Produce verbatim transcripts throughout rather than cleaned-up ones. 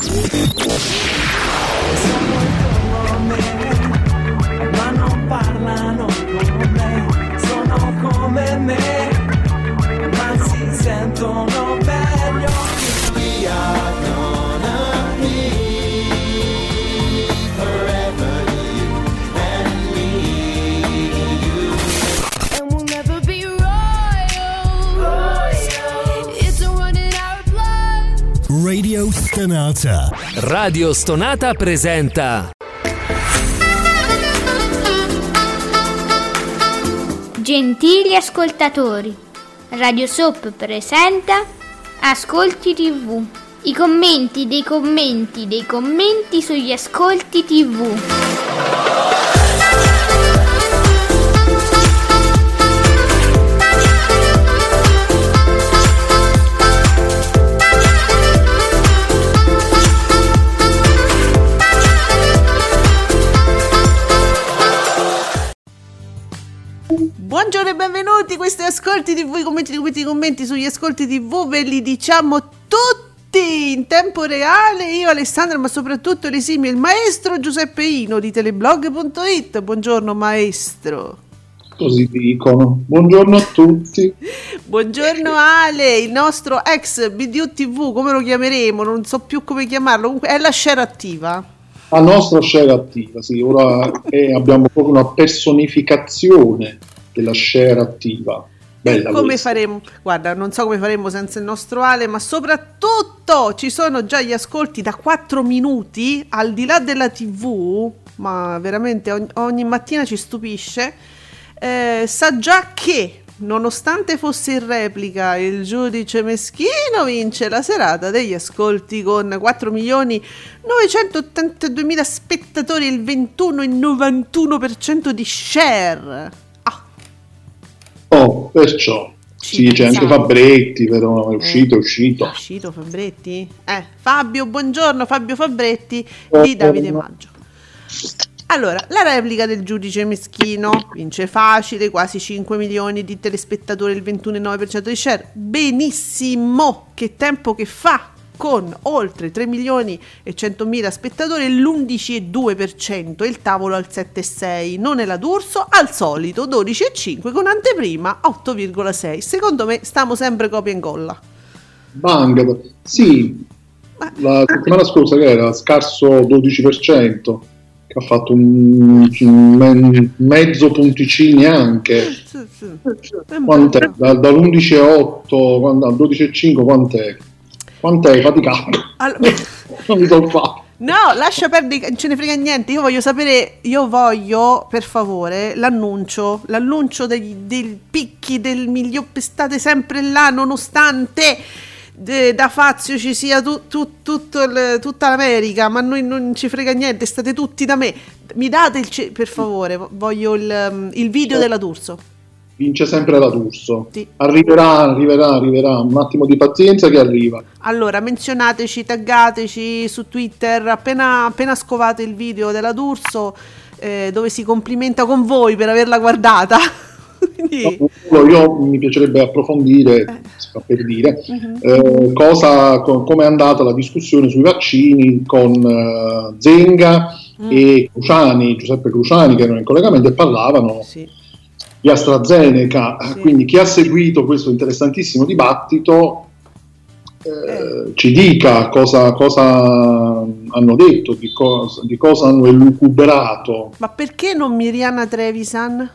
Ma non parlano con me, sono come me, ma si sentono meglio. We are gonna be forever, you and me. And we'll never be royal. royal. It's a run in our blood. Radio Stonata. Radio Stonata presenta Gentili ascoltatori, Radio Soap presenta Ascolti tivù. I commenti dei commenti dei commenti sugli ascolti tivù. Buongiorno e benvenuti, questi Ascolti tivù, i commenti, i commenti, i commenti sugli Ascolti tivù, ve li diciamo tutti in tempo reale, io Alessandra, ma soprattutto l'esimio, il maestro Giuseppe Ino di teleblog punto it. Buongiorno maestro. Così dicono. Buongiorno a tutti. Buongiorno Ale, il nostro ex B D U tivù, come lo chiameremo? Non so più come chiamarlo, comunque è la share attiva. La nostra share attiva, sì, ora è, abbiamo proprio una personificazione della share attiva. Bella come questa. faremo? Guarda, non so come faremo senza il nostro Ale, ma soprattutto ci sono già gli ascolti da quattro minuti, al di là della tivù, ma veramente ogni, ogni mattina ci stupisce, eh, sa già che, nonostante fosse in replica, il giudice Meschino vince la serata degli ascolti con quattro milioni novecentottantaduemila spettatori, il ventuno virgola novantuno per cento di share. Oh, perciò sì, c'è anche Fabretti, però è uscito, è uscito. È uscito Fabretti? Eh, Fabio, buongiorno, Fabio Fabretti di Davide Maggio. Allora, la replica del giudice Meschino vince facile, quasi cinque milioni di telespettatori, il ventuno virgola nove per cento di share. Benissimo, che tempo che fa, con oltre tre milioni e centomila spettatori, l'undici virgola due per cento, il tavolo al sette virgola sei, non è la D'Urso, al solito dodici virgola cinque, con anteprima otto virgola sei. Secondo me stiamo sempre copia e incolla. Bang, sì, la settimana scorsa che era scarso dodici per cento, che ha fatto un, un mezzo punticini anche. Sì, sì. Quant'è? Da, dall'undici virgola otto al dodici virgola cinque quant'è? Quant'è? Faticato. Allora, non mi so fare. no, lascia perdere, non ce ne frega niente. Io voglio sapere, io voglio per favore l'annuncio, l'annuncio dei, dei picchi del miglior, state sempre là nonostante de, da Fazio ci sia tu, tu, tutto il, tutta l'America, ma noi non ci frega niente, state tutti da me. Mi date il, per favore, voglio il, il video della D'Urso. Vince sempre la D'Urso. Sì. Arriverà, arriverà, arriverà. Un attimo di pazienza che arriva. Allora, menzionateci, taggateci su Twitter appena, appena scovate il video della D'Urso, eh, dove si complimenta con voi per averla guardata. Quindi... no, io mi piacerebbe approfondire, eh. si fa per dire, uh-huh. eh, cosa, co- come è andata la discussione sui vaccini con uh, Zenga mm. e Cruciani, Giuseppe Cruciani, che erano in collegamento e parlavano. Sì. Di AstraZeneca, sì. Quindi chi ha seguito questo interessantissimo dibattito eh, eh. ci dica cosa, cosa hanno detto, di cosa, di cosa hanno elucubrato. Ma perché non Miriana Trevisan,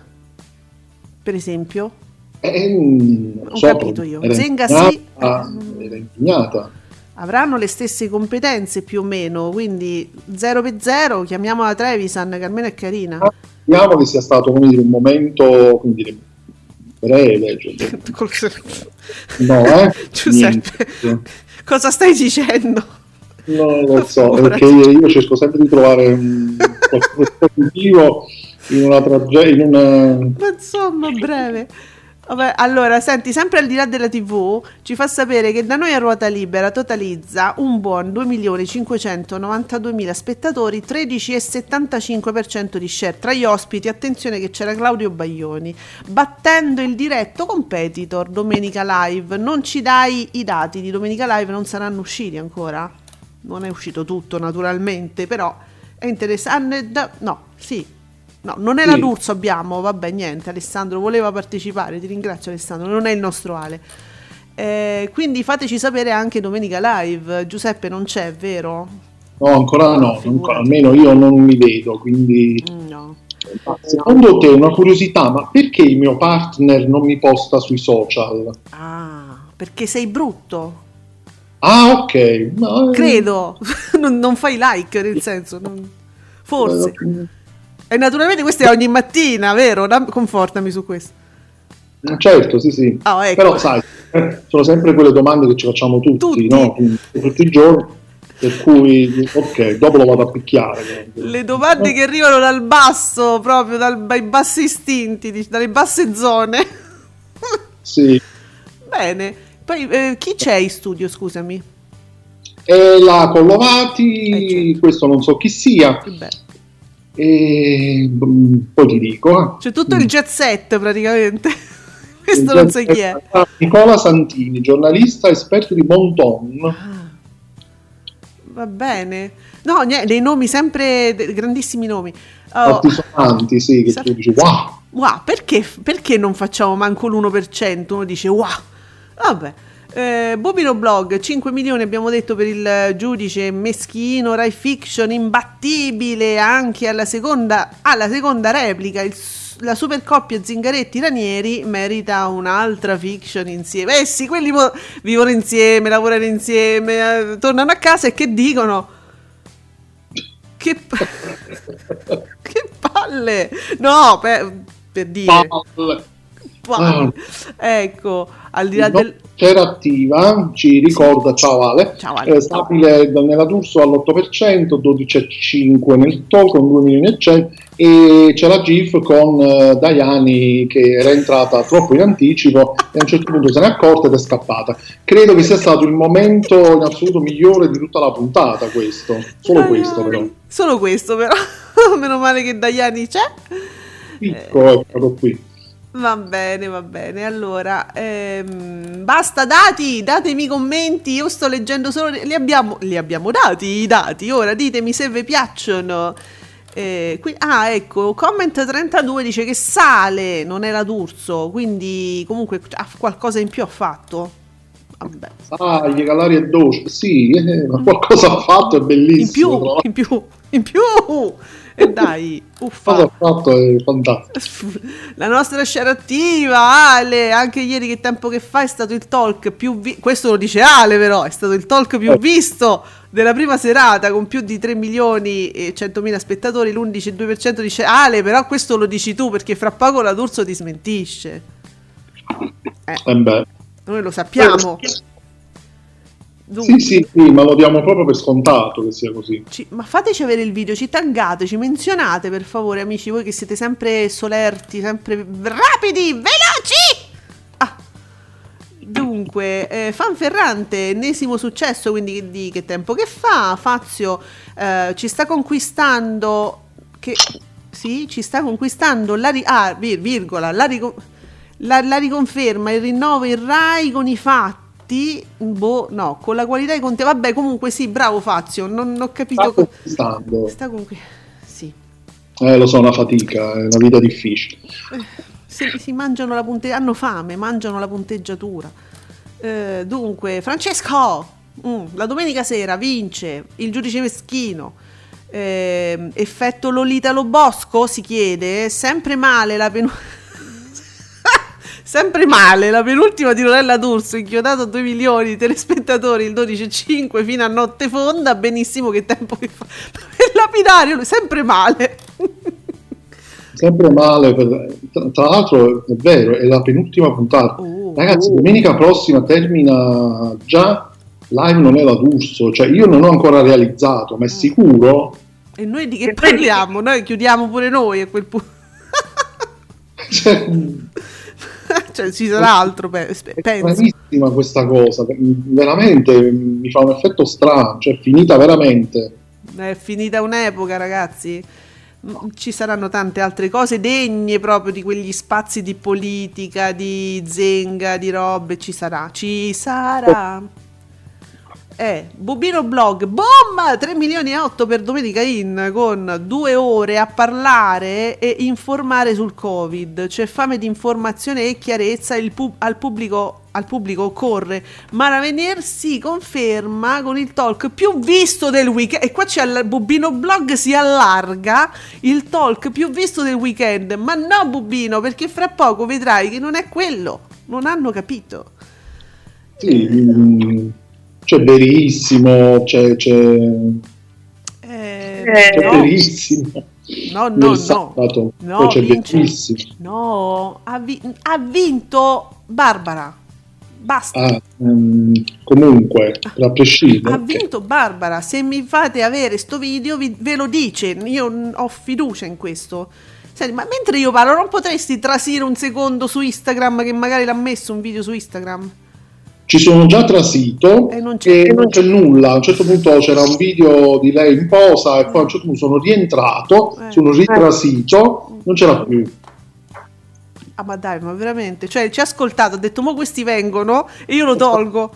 per esempio? Eh, non Ho so, capito io. Era Zenga impegnata, sì. Era impegnata. Avranno le stesse competenze più o meno, quindi zero per zero, chiamiamola Trevisan, che almeno è carina. Ah. Speriamo che sia stato, come dire, un momento, come dire, breve. Cioè, no, eh? Giuseppe, niente. Cosa stai dicendo? Non lo so, perché io cerco sempre di trovare un qualcosa positivo in una tragedia, in una... Ma insomma, breve. Vabbè, allora, senti, sempre al di là della tivù, ci fa sapere che da noi a Ruota Libera totalizza un buon due milioni cinquecentonovantaduemila spettatori, tredici virgola settantacinque per cento di share. Tra gli ospiti, attenzione che c'era Claudio Baglioni, battendo il diretto competitor Domenica Live. Non ci dai i dati di Domenica Live, non saranno usciti ancora? non è uscito tutto naturalmente, però è interessante. Da- no, sì, no, non è Sì. la D'Urso abbiamo, vabbè, niente, Alessandro voleva partecipare, ti ringrazio Alessandro, non è il nostro Ale. Eh, quindi fateci sapere anche domenica live. Giuseppe non c'è, vero? No, ancora no, Figurati. ancora, almeno io non mi vedo, quindi... No. Ma secondo te, una curiosità, ma perché il mio partner non mi posta sui social? Ah, perché sei brutto. Ah, ok. Ma, eh, Credo, non, non fai like, nel senso, non- forse. E naturalmente questo è ogni mattina, vero? Dam- confortami su questo. eh, Certo, sì, sì. Ah, ecco. Però sai, eh, sono sempre quelle domande che ci facciamo tutti, Tutti. no? Quindi, tutti i giorni, per cui, ok, dopo lo vado a picchiare. Le domande che arrivano dal basso, proprio dal- dai bassi istinti, dic- dalle basse zone. Sì. Bene. Poi eh, chi c'è in studio, scusami? E la Collovati, Eh, certo. questo non so chi sia, Che bello. e mm, poi ti dico. eh. C'è tutto il jet set praticamente. Questo non sai chi è. Nicola Santini, giornalista esperto di bon ton. Va bene. No, niente, dei nomi sempre, de- grandissimi nomi. Oh, Altisonanti, sì, che Sa- tu dici wow. wow, perché, perché non facciamo manco l'uno per cento? Uno dice wow. Vabbè. Eh, Bobino Blog, cinque milioni abbiamo detto per il giudice Meschino, Rai Fiction, imbattibile anche alla seconda, alla seconda replica. Il, la super coppia Zingaretti-Ranieri merita un'altra fiction insieme. Eh sì, quelli mo- vivono insieme, lavorano insieme, eh, tornano a casa e che dicono? Che, pa- che palle! No, per, per dire. Palle. Palle. Ecco, al di là del... C'era attiva, ci ricorda, ciao Ale, Ciao Ale. eh, stabile nella D'Urso all'otto per cento, dodici virgola cinque nel T O con due milioni e cento, e c'è la GIF con eh, Daiani che era entrata troppo in anticipo e a un certo punto se n'è accorta ed è scappata. Credo che sia stato il momento in assoluto migliore di tutta la puntata questo, solo Daiani. questo però. Solo questo però. Meno male che Daiani c'è. Picco, è proprio qui. Va bene, va bene. Allora, ehm, basta dati, datemi i commenti. Io sto leggendo solo. Li abbiamo, li abbiamo dati i dati. Ora ditemi se vi piacciono. Eh, qui, ah, ecco, comment trentadue dice che sale, non era D'Urso. Quindi, comunque, ha qualcosa in più ha fatto. Vabbè. Ah, gli calari e dolce, sì, eh, ma qualcosa ha fatto, è bellissimo. In più, tra l'altro. in più, in più. E dai, Cosa uffa. ha fatto è fantastico. La nostra share attiva, Ale, anche ieri che tempo che fa è stato il talk più vi- questo lo dice Ale però, è stato il talk più Eh. visto della prima serata con più di tre milioni e centomila spettatori, l'undici virgola due per cento dice Ale, però questo lo dici tu perché fra poco la D'Urso ti smentisce. Eh, Eh beh. noi lo sappiamo. Sì, sì, sì, ma lo diamo proprio per scontato che sia così. Ci- ma fateci avere il video, ci taggate, ci menzionate per favore amici, voi che siete sempre solerti, sempre rapidi, veloci! Ah. Dunque, eh, Fanferrante, ennesimo successo, quindi di che tempo che fa? Fazio eh, ci sta conquistando, che sì, ci sta conquistando la, ri- ah, vir- virgola, la, rico- la, la riconferma, il rinnovo in Rai con i fatti. Boh, no, con la qualità e contenuti. Vabbè, comunque sì, bravo Fazio. Non ho capito. Sta co- conquistando. Sta comunque. Sì. Eh, lo so, è una fatica, è una vita difficile. Si, si mangiano la punteggiatura. Hanno fame, mangiano la punteggiatura. Eh, dunque, Francesco. mm, la domenica sera vince il giudice Meschino. Eh, effetto Lolita Lo Bosco si chiede. Sempre male la penultima. Sempre male, la penultima di Lorella D'Urso, inchiodato a due milioni di telespettatori il dodici virgola cinque fino a notte fonda, benissimo che tempo che fa. Per lapidario, lui, sempre male. Sempre male, per- tra, tra l'altro è vero, è la penultima puntata. Oh. Ragazzi, domenica prossima termina già Live non è la D'Urso, cioè io non ho ancora realizzato, ma è sicuro? E noi di che parliamo? Noi chiudiamo pure noi a quel punto. Cioè, Cioè ci sarà altro, pe- è penso. stranissima questa cosa, veramente mi fa un effetto strano, cioè è finita veramente. È finita un'epoca, ragazzi. Mm, Ci saranno tante altre cose degne proprio di quegli spazi di politica, di zenga, di robe. Ci sarà, ci sarà. è Bubino Blog, boom, tre milioni e otto per Domenica In, con due ore a parlare e informare sul Covid. C'è fame di informazione e chiarezza, il pub- al pubblico al pubblico occorre. Mara Venier si conferma con il talk più visto del weekend, e qua c'è il Bubino Blog, si allarga, il talk più visto del weekend. Ma no, Bubino, perché fra poco vedrai che non è quello, non hanno capito. Sì, mh, c'è Verissimo, c'è c'è, Eh, c'è no. Verissimo. No, Nel no, no, sabato, no, poi c'è vince- Verissimo. no, ha, vi- ha vinto Barbara, basta. Ah, ehm, comunque, a prescindere, Ha ok. vinto Barbara. Se mi fate avere sto video vi- ve lo dice. Io n- ho fiducia in questo. Senti, ma mentre io parlo non potresti trasire un secondo su Instagram, che magari l'ha messo un video su Instagram? Ci sono già trasito E non c'è- e non c'è nulla. A un certo punto c'era un video di lei in posa e poi a un certo punto sono rientrato, Eh. sono ritrasito, non c'era più. Ah, ma dai, ma veramente? Cioè, ci ha ascoltato, ha detto mo questi vengono e io lo tolgo.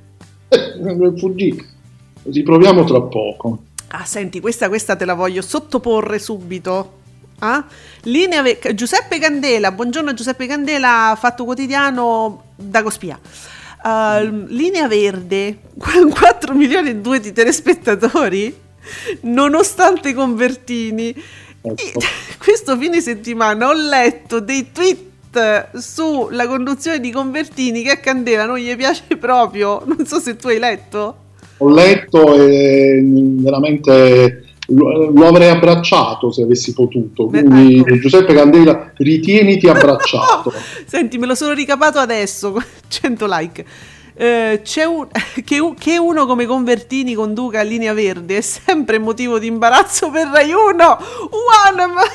Eh, fuggì. Riproviamo tra poco. Ah, senti, questa, questa te la voglio sottoporre subito. Ah? Linea Ve- Giuseppe Candela, buongiorno Giuseppe Candela, Fatto Quotidiano, Dagospia. Uh, Linea Verde, quattro milioni e due di telespettatori, nonostante i Convertini. Ecco. I- questo fine settimana ho letto dei tweet sulla conduzione di Convertini che a Candela non gli piace proprio. Non so se tu hai letto. Ho letto e veramente lo, lo avrei abbracciato se avessi potuto. Beh, Quindi ecco. Giuseppe Candela, ritieniti abbracciato. Senti, me lo sono ricapato adesso, cento like. Eh, c'è un, che, un- che uno come Convertini conduca Linea Verde è sempre motivo di imbarazzo per Rai uno. One, ma...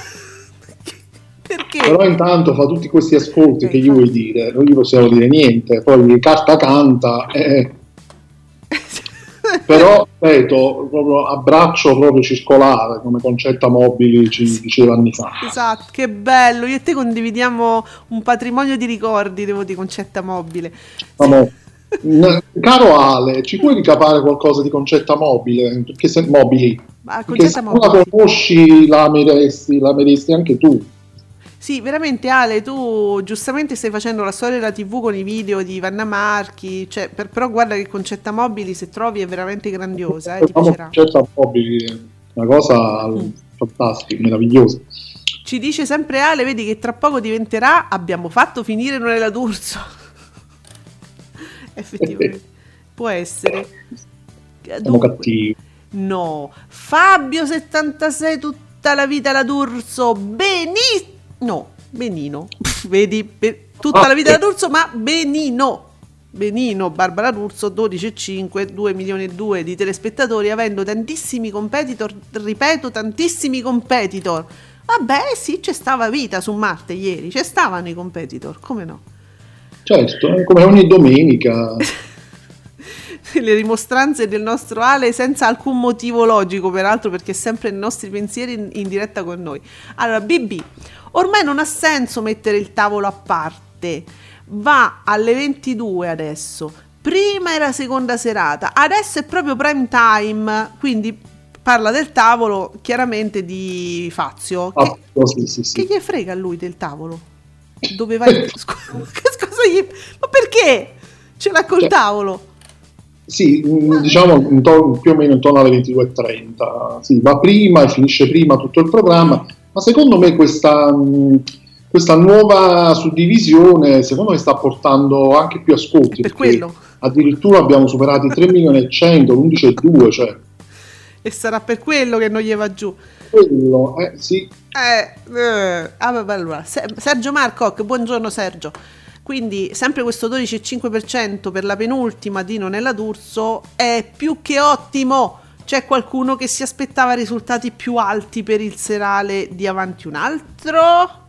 perché? Però intanto fa tutti questi ascolti, Eh, che gli infatti. vuoi dire? Non gli possiamo dire niente, poi carta canta, eh. Però ripeto, proprio abbraccio proprio circolare, come Concetta Mobili ci diceva anni fa. Esatto, che bello. Io e te condividiamo un patrimonio di ricordi, devo dire, Concetta Mobile. Diciamo, n- caro Ale, ci puoi ricapare qualcosa di Concetta Mobile? Perché se, mobili? Ma Perché Concetta se non Mobile. la conosci la ameresti, la ameresti anche tu. Sì, veramente Ale, tu giustamente stai facendo la storia della tivù con i video di Vanna Marchi, cioè, per- però guarda che Concetta Mobili, se trovi, è veramente grandiosa, eh, ti Facciamo piacerà. Concetta Mobili, una cosa Mm. fantastica, meravigliosa. Ci dice sempre Ale, vedi che tra poco diventerà abbiamo fatto finire Nonella D'Urso. Effettivamente, può essere. Siamo Dunque, cattivi. no, Fabio settantasei tutta la vita la D'Urso, benissimo. No, Benino. Vedi, per- tutta Ah, la vita eh. da D'Urso, ma Benino. Benino, Barbara D'Urso, dodici virgola cinque, due milioni e due di telespettatori, avendo tantissimi competitor, ripeto, tantissimi competitor. Vabbè, sì, c'è stava vita su Marte ieri, c'è stavano i competitor, come no? Certo, eh, come ogni domenica. Le rimostranze del nostro Ale senza alcun motivo logico, peraltro, perché è sempre nei nostri pensieri in, in diretta con noi. Allora, B B, ormai non ha senso mettere il tavolo a parte, va alle ventidue adesso, prima era seconda serata, adesso è proprio prime time, quindi parla del tavolo chiaramente di Fazio. Ah, Che, sì, sì, sì. che gli frega a lui del tavolo? Dove vai? Scusa, che cosa gli... Ma perché? Ce l'ha col Cioè, tavolo? Sì, mh, diciamo intorno- più o meno intorno alle ventidue e trenta. Sì, va prima e finisce prima tutto il programma, ma secondo me questa, mh, questa nuova suddivisione secondo me sta portando anche più ascolti, Per perché quello. addirittura abbiamo superato i tre milioni e cento, l'undici e due, cioè E sarà per quello che non gli va giù. quello, eh, sì. Eh, eh. Ah, vabbè, allora. Se- Sergio Marcoc, buongiorno Sergio. Quindi sempre questo dodici virgola cinque per cento per la penultima di Nonella D'Urso è più che ottimo. C'è qualcuno che si aspettava risultati più alti per il serale di Avanti un altro?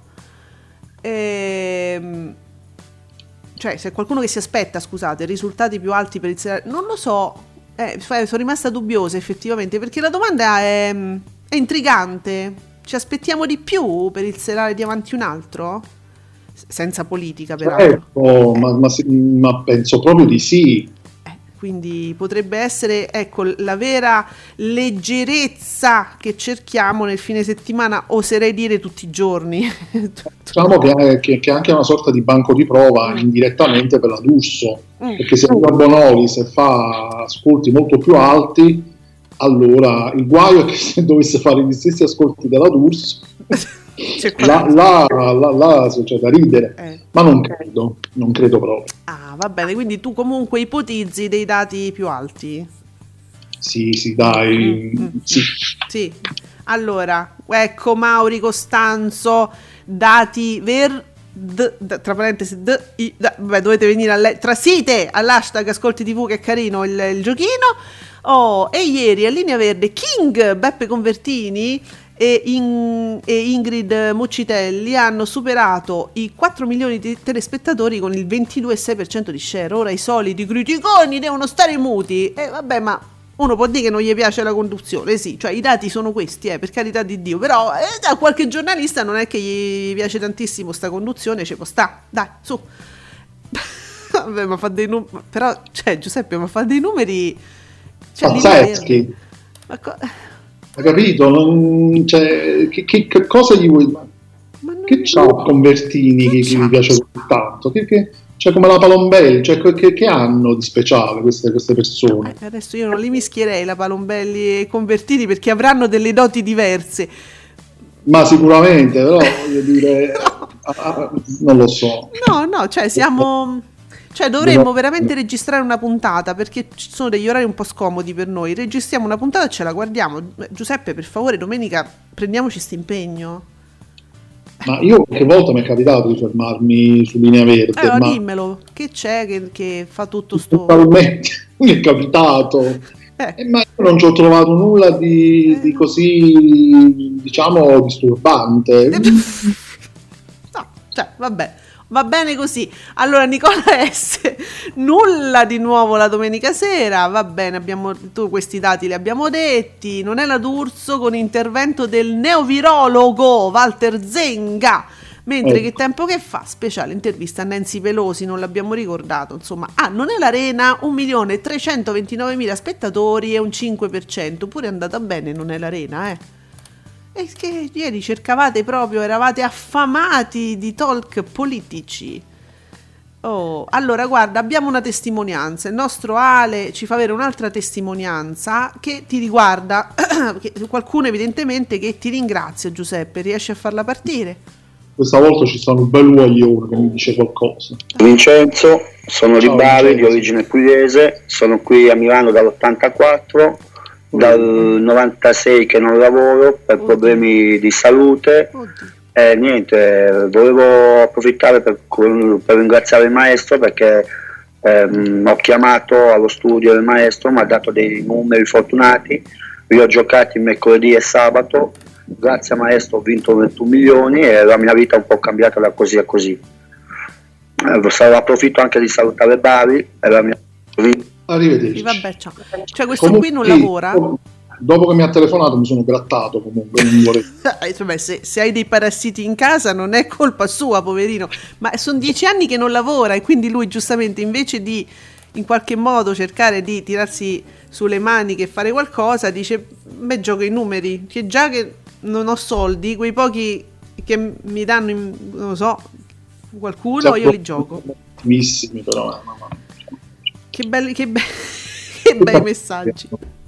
Ehm, cioè, c'è qualcuno che si aspetta, scusate, risultati più alti per il serale? Non lo so. Eh, sono rimasta dubbiosa effettivamente, perché la domanda è, è intrigante. Ci aspettiamo di più per il serale di Avanti un altro? S- Senza politica, peraltro. Certo, ma, ma, se- ma penso proprio di sì. Eh, quindi potrebbe essere, ecco, la vera leggerezza che cerchiamo nel fine settimana, oserei dire tutti i giorni. Diciamo che è, che, che è anche una sorta di banco di prova indirettamente per la D'Urso, Mm. perché se la Bonolis se fa ascolti molto più alti, allora il guaio è che se dovesse fare gli stessi ascolti della D'Urso, C'è là, là, là, là c'è da ridere, Eh. ma non credo, non credo proprio. Ah, va bene, quindi tu comunque ipotizzi dei dati più alti? Sì, sì, dai, Mm, mm, sì. Sì, allora, ecco Mauri Costanzo, dati ver... D, d- tra parentesi d, i, da, vabbè, dovete venire a le- trasite all'hashtag Ascolti tivù, che è carino il, il giochino. Oh, e ieri a Linea Verde King, Beppe Convertini e, in- e Ingrid Muccitelli hanno superato i quattro milioni di telespettatori con il ventidue virgola sei per cento di share. Ora i soliti criticoni devono stare muti, e vabbè, ma uno può dire che non gli piace la conduzione, sì, cioè i dati sono questi, eh, per carità di Dio, però eh, a qualche giornalista non è che gli piace tantissimo sta conduzione, ci può sta, dai, su. Vabbè, ma fa dei numeri, però, cioè, Giuseppe, ma fa dei numeri, cioè, Linea Pazzeschi, Verde. Ma co- hai capito? Non, cioè, che, che- che cosa gli vuoi? ma non- Che c'ha Convertini che, che c'ha? gli piace così tanto? Che, che- cioè come la Palombelli, cioè, che, che hanno di speciale queste, queste persone? Eh, adesso io non li mischierei la Palombelli e Convertini, perché avranno delle doti diverse. Ma sicuramente, però voglio dire, ah, ah, non lo so. No, no, cioè siamo... Cioè dovremmo veramente registrare una puntata, perché ci sono degli orari un po' scomodi per noi. Registriamo una puntata e ce la guardiamo. Eh, Giuseppe, per favore, domenica prendiamoci sto impegno. Ma io qualche volta mi è capitato di fermarmi su Linea Verde, Allora ma dimmelo, che c'è che, che fa tutto sto... totalmente mi è capitato. Eh. Eh, ma io non ci ho trovato nulla di, di così, diciamo, disturbante. No, cioè, vabbè, va bene così. Allora, Nicola S, nulla di nuovo la domenica sera, va bene, abbiamo, tu questi dati li abbiamo detti, non è la D'Urso con intervento del neovirologo Walter Zenga, mentre Ecco. che tempo che fa? Speciale intervista a Nancy Pelosi, non l'abbiamo ricordato, insomma. Ah, non è l'Arena, un milione trecentoventinovemila spettatori e un cinque per cento, pure è andata bene, non è l'Arena, eh. E che ieri cercavate proprio, eravate affamati di talk politici. Oh, allora guarda, abbiamo una testimonianza. Il nostro Ale ci fa avere un'altra testimonianza che ti riguarda. Che- qualcuno evidentemente che ti ringrazia, Giuseppe. Riesci a farla partire? Questa volta ci stanno un bel guaglione che mi dice qualcosa. Vincenzo, sono di Ciao, Bari, di Vincenzo. origine pugliese, sono qui a Milano dall'ottantaquattro, dal novantasei che non lavoro per Oddio. problemi di salute Oddio. e niente, volevo approfittare per, per ringraziare il maestro perché ehm, ho chiamato allo studio del maestro, mi ha dato dei numeri fortunati, li ho giocati mercoledì e sabato, grazie al maestro ho vinto ventuno milioni e la mia vita è un po' cambiata da così a così. Eh, approfitto anche di salutare Bari e la mia Arrivederci. E vabbè, ciao. Cioè questo Comunque, qui non sì, lavora? dopo- Dopo che mi ha telefonato mi sono grattato comunque, non vorrei- Eh, vabbè, se, se hai dei parassiti in casa non è colpa sua, poverino, ma sono dieci anni che non lavora e quindi lui giustamente invece di in qualche modo cercare di tirarsi sulle maniche e fare qualcosa dice: beh, gioco i numeri, che già che non ho soldi, quei pochi che mi danno in- non lo so, qualcuno, io li gioco. Ottimissimi però, eh, mamma mia. Che belli, che, be- che bei messaggi.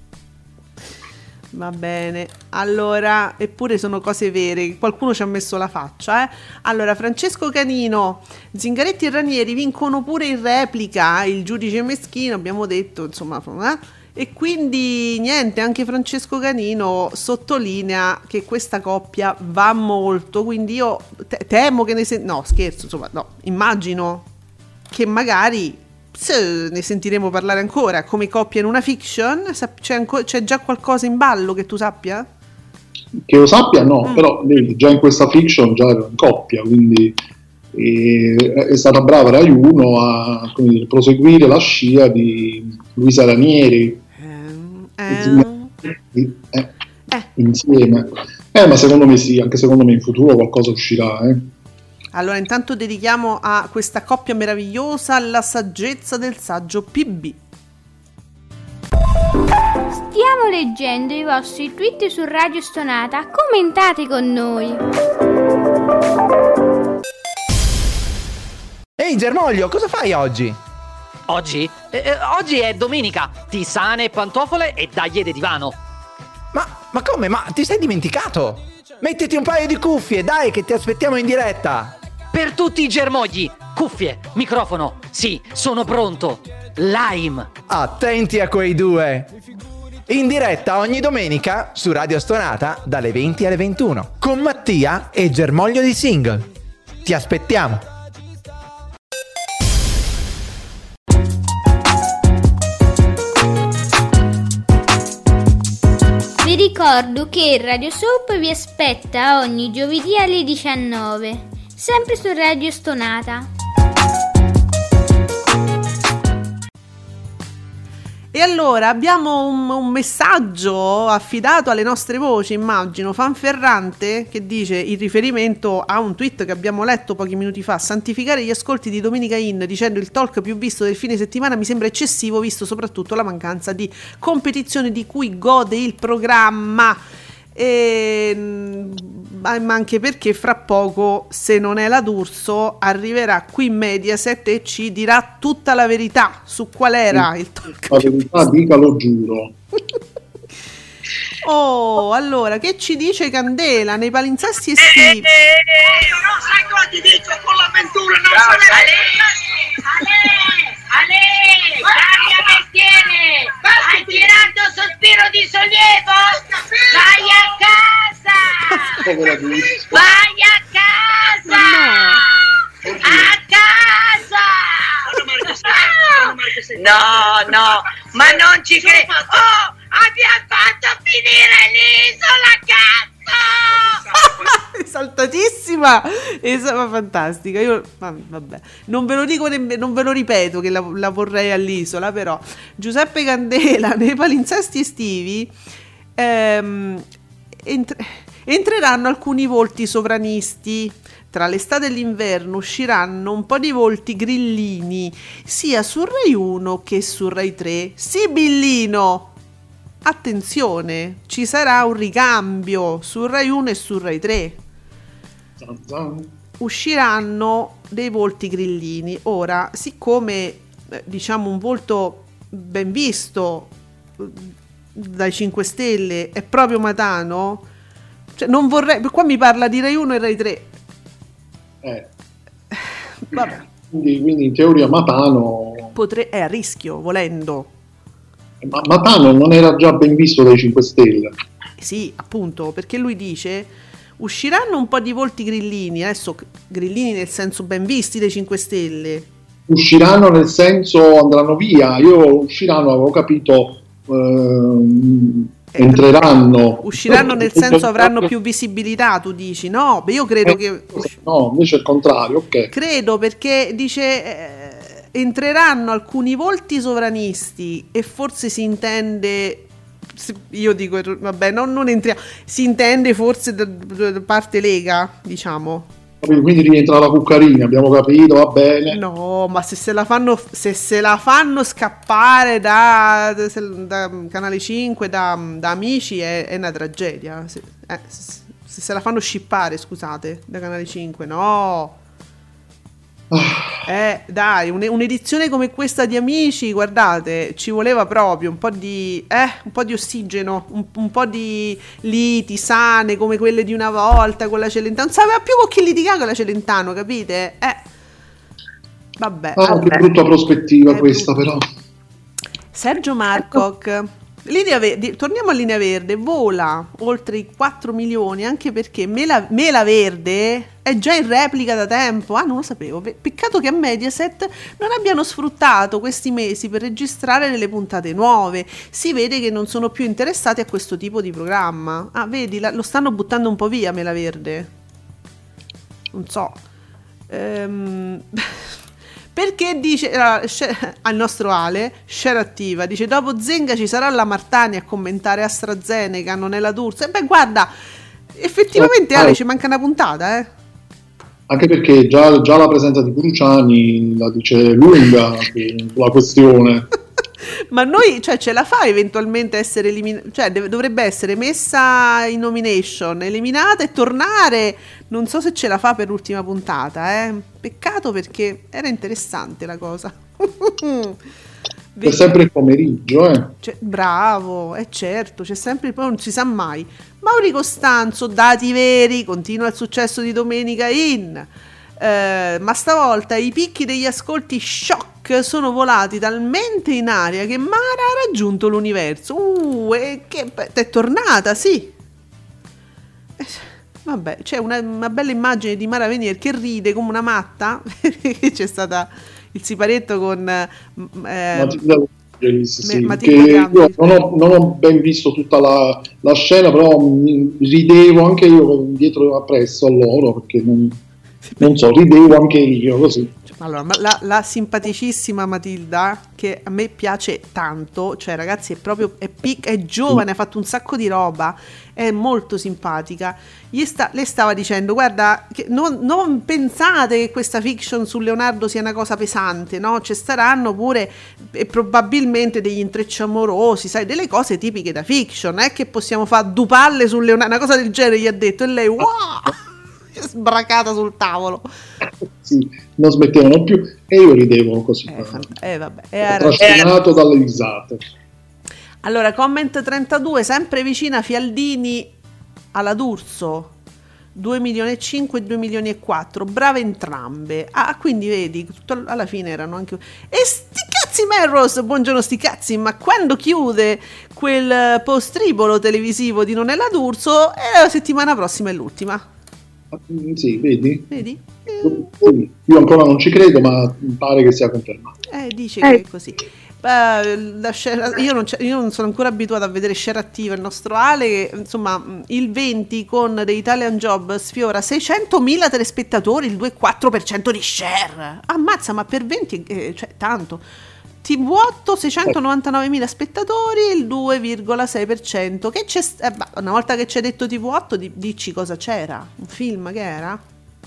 Va bene, allora, eppure sono cose vere, qualcuno ci ha messo la faccia, eh? Allora, Francesco Canino, Zingaretti e Ranieri vincono pure in replica, il giudice Meschino, abbiamo detto, insomma, eh? E quindi niente, anche Francesco Canino sottolinea che questa coppia va molto, quindi io te- temo che ne sen- no, scherzo, insomma, no, immagino che magari se ne sentiremo parlare ancora come coppia in una fiction. Sap- c'è, anco- c'è già qualcosa in ballo che tu sappia? Che lo sappia no, Mm. però vedi, già in questa fiction già era in coppia, quindi eh, è stata brava Rai uno a come dire, proseguire la scia di Luisa Ranieri Ehm, eh, eh, eh. insieme. Eh, ma secondo me sì, anche secondo me in futuro qualcosa uscirà. Eh. Allora intanto dedichiamo a questa coppia meravigliosa la saggezza del saggio P B. Stiamo leggendo i vostri tweet su Radio Stonata, commentate con noi. Ehi Germoglio, cosa fai oggi? Oggi? Eh, eh, oggi è domenica, tisane, pantofole e daglie di divano. Ma, ma come? Ma ti sei dimenticato? Mettiti un paio di cuffie, dai, che ti aspettiamo in diretta. Per tutti i germogli, cuffie, microfono, sì, sono pronto. Lime. Attenti a quei due. In diretta ogni domenica su Radio Stonata dalle venti alle ventuno con Mattia e Germoglio di Single. Ti aspettiamo. Vi ricordo che Radio Soap vi aspetta ogni giovedì alle diciannove, sempre su Radio Stonata. E allora abbiamo un, un messaggio affidato alle nostre voci, immagino, fanferrante, che dice, in riferimento a un tweet che abbiamo letto pochi minuti fa: santificare gli ascolti di Domenica In dicendo il talk più visto del fine settimana mi sembra eccessivo, visto soprattutto la mancanza di competizione di cui gode il programma. E, ma anche perché fra poco, se non è la D'Urso, arriverà qui Mediaset e ci dirà tutta la verità su qual era il talk. La verità, dica, lo giuro. Oh, allora, che ci dice Candela nei palinsesti estivi? Eh, eh, eh, non sai cosa ti dico con l'avventura, non no, se Ale, Ale, Ale, cambia mestiere, hai tirato sospiro di sollievo, vai a casa, vai a casa, a casa, no, no, ma non ci credo, oh, abbiamo fatto finire l'isola, cazzo! Esaltatissima, Esa- fantastica. Io ma, vabbè, non ve lo dico, ne- non ve lo ripeto che la, la vorrei all'isola, però Giuseppe Candela nei palinsesti estivi ehm, entre- entreranno alcuni volti sovranisti. Tra l'estate e l'inverno usciranno un po' di volti grillini sia su Rai uno che su Rai tre. Sibillino, attenzione, ci sarà un ricambio su Rai uno e su Rai tre. Usciranno dei volti grillini. Ora, siccome eh, diciamo un volto ben visto eh, dai cinque Stelle è proprio Matano, cioè non vorrei, qua mi parla di Rai uno e Rai tre. Eh. Vabbè. Quindi, quindi in teoria Matano Potre- è a rischio, volendo. Ma Matano non era già ben visto dai cinque Stelle? Sì, appunto, perché lui dice usciranno un po' di volti grillini, adesso grillini nel senso ben visti dai cinque Stelle. Usciranno nel senso andranno via, io usciranno avevo capito, ehm, eh, entreranno. Usciranno nel senso avranno più visibilità, tu dici? No, beh, io credo eh, che... No, invece è il contrario, ok. Credo perché dice... Eh, entreranno alcuni volti sovranisti e forse si intende, io dico, vabbè, non, non entriamo, si intende forse da, da parte Lega, diciamo. Quindi rientra la Cuccarini, abbiamo capito, va bene. No, ma se se la fanno, se se la fanno scappare da, da, da Canale cinque, da, da Amici, è, è una tragedia. Se, eh, se, se se la fanno scippare, scusate, da Canale cinque, no. Eh, dai, un, un'edizione come questa di Amici, guardate, ci voleva proprio un po' di eh, un po' di ossigeno, un, un po' di liti sane come quelle di una volta con la Celentano. Non sapeva più con chi litigare con la Celentano, capite? Eh. Vabbè. Ah, che brutta prospettiva questa, però. Sergio Marcoc. Linea Verde, torniamo a Linea Verde, vola oltre i quattro milioni anche perché Mela, Mela Verde è già in replica da tempo. Ah, non lo sapevo. Peccato che a Mediaset non abbiano sfruttato questi mesi per registrare delle puntate nuove. Si vede che non sono più interessati a questo tipo di programma. Ah, vedi, la, lo stanno buttando un po' via Mela Verde. Non so. Ehm... Perché dice uh, sh- al nostro Ale, share attiva, dice dopo Zenga ci sarà la Martani a commentare AstraZeneca, non è la D'Urso. E beh, guarda, effettivamente Ale ci manca una puntata, eh. Anche perché già, già la presenza di Cruciani la dice lunga sulla questione. Ma noi, cioè, ce la fa eventualmente essere eliminata? Cioè, deve- dovrebbe essere messa in nomination, eliminata e tornare. Non so se ce la fa per l'ultima puntata, eh. Peccato, perché era interessante la cosa. È sempre il pomeriggio, eh. Cioè, bravo, è certo, c'è sempre il, poi non si sa mai. Mauri Costanzo, dati veri, continua il successo di Domenica In. Eh, ma stavolta i picchi degli ascolti shock sono volati talmente in aria che Mara ha raggiunto l'universo. Uh, e che è tornata, sì. Eh, vabbè, c'è una, una bella immagine di Mara Venier che ride come una matta. C'è stata il siparetto con eh, Matilda Angelis, sì, Matilda che Grande. io non ho, non ho ben visto tutta la, la scena, però mi ridevo anche io dietro appresso a loro, perché non, non so, ridevo anche io così. Allora, ma la, la simpaticissima Matilda, che a me piace tanto, cioè ragazzi è proprio, è, pic- è giovane, ha fatto un sacco di roba, è molto simpatica. Gli sta, le stava dicendo, guarda, che non, non pensate che questa fiction su Leonardo sia una cosa pesante, no? Ci staranno pure e probabilmente degli intrecci amorosi, sai, delle cose tipiche da fiction, è che possiamo fare due palle su Leonardo, una cosa del genere gli ha detto, e lei, wow! Sbracata sul tavolo. Sì, non smettevano più e io ridevo così. Eh, vabbè, Ho trascinato dalle risate. Allora, comment trentadue, sempre vicina Fialdini alla D'Urso, due milioni e cinque e due milioni e quattro, brave entrambe. Ah, quindi vedi, tutto alla fine erano anche... E sti cazzi Melrose, buongiorno sti cazzi, ma quando chiude quel postribolo televisivo di Non è la D'Urso, e la settimana prossima è l'ultima. Sì, vedi? Vedi? Sì, io ancora non ci credo, ma pare che sia confermato. Eh, dice che è così. Uh, la share, io, non io non sono ancora abituata a vedere share attiva. Il nostro Ale, che, insomma, il venti con The Italian Job sfiora seicentomila telespettatori, il due virgola quattro per cento di share. Ammazza, ma per venti, eh, cioè tanto. T V otto seicentonovantanovemila spettatori, il due virgola sei per cento. Che c'è, eh, bah, una volta che ci hai detto T V otto, di, dici cosa c'era? Un film che era?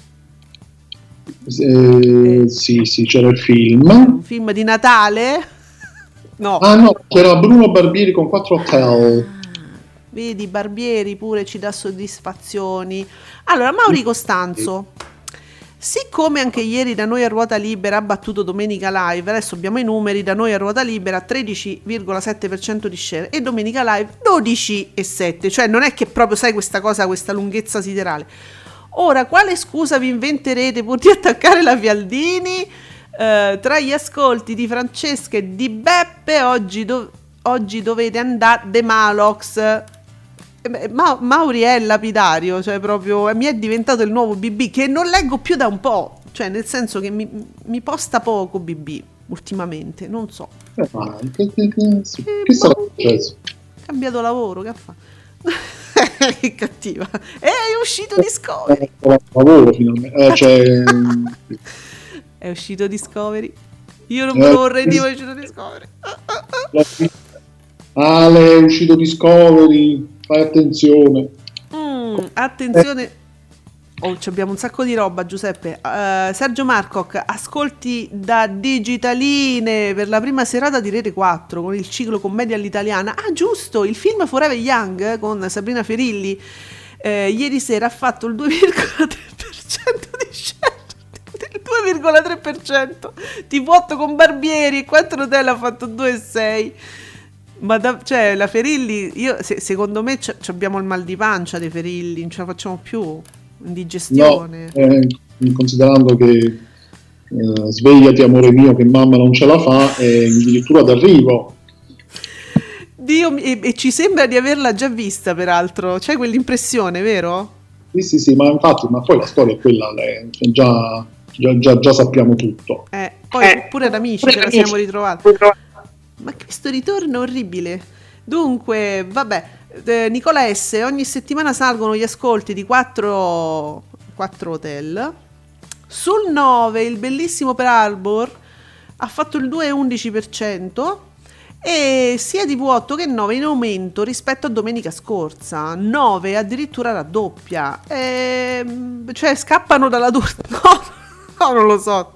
Eh, eh. Sì, sì, c'era il film. Un film di Natale? No. Ah no, c'era Bruno Barbieri con quattro hotel. Vedi, Barbieri pure ci dà soddisfazioni. Allora, Mauri Costanzo, siccome anche ieri Da Noi a Ruota Libera ha battuto Domenica Live, adesso abbiamo i numeri, Da Noi a Ruota Libera tredici virgola sette per cento di share e Domenica Live dodici virgola sette per cento, cioè non è che proprio sai questa cosa, questa lunghezza siderale. Ora, quale scusa vi inventerete pur di attaccare la Fialdini? Uh, tra gli ascolti di Francesca e di Beppe oggi, do- oggi dovete andare De Malox. eh, Ma- Mauri è lapidario, cioè proprio eh, mi è diventato il nuovo B B, che non leggo più da un po', cioè nel senso che mi, mi posta poco B B ultimamente, non so. Eh, ma che, che, che, che sarà successo? Cambiato lavoro, che fa? Che cattiva. E è uscito Discovery. Eh, lavoro finalmente. Eh, cioè... È uscito Discovery. Io non me lo vorrei dire, ma è uscito Discovery. Ale, è uscito Discovery, fai attenzione. Mm, attenzione. Oh, abbiamo un sacco di roba, Giuseppe. Uh, Sergio Marcoc, ascolti da Digitaline per la prima serata di Rete quattro con il ciclo Commedia all'italiana. Ah, giusto, il film Forever Young con Sabrina Ferilli. Eh, ieri sera ha fatto il due virgola tre per cento di share. Il due virgola tre per cento. T V otto con Barbieri e quattro Hotel ha fatto due virgola sei. Ma da, cioè la Ferilli, io se, secondo me c- abbiamo il mal di pancia dei Ferilli, non ce la facciamo più, indigestione. No, eh, considerando che eh, svegliati amore mio che mamma non ce la fa, è addirittura d'arrivo. Dio, e, e ci sembra di averla già vista, peraltro, c'è quell'impressione, vero? Sì, sì, sì, ma infatti, ma poi la storia è quella, le, già, già, già, già sappiamo tutto. Eh, poi eh, pure da amici ce la siamo ritrovati. Ma questo ritorno orribile. Dunque, vabbè, eh, Nicola S. Ogni settimana salgono gli ascolti di quattro hotel. Sul nove il bellissimo Pearl Harbor ha fatto il due virgola undici per cento e sia T V otto che nove in aumento rispetto a domenica scorsa. nove addirittura raddoppia. E, cioè scappano dalla dur... No, no, non lo so.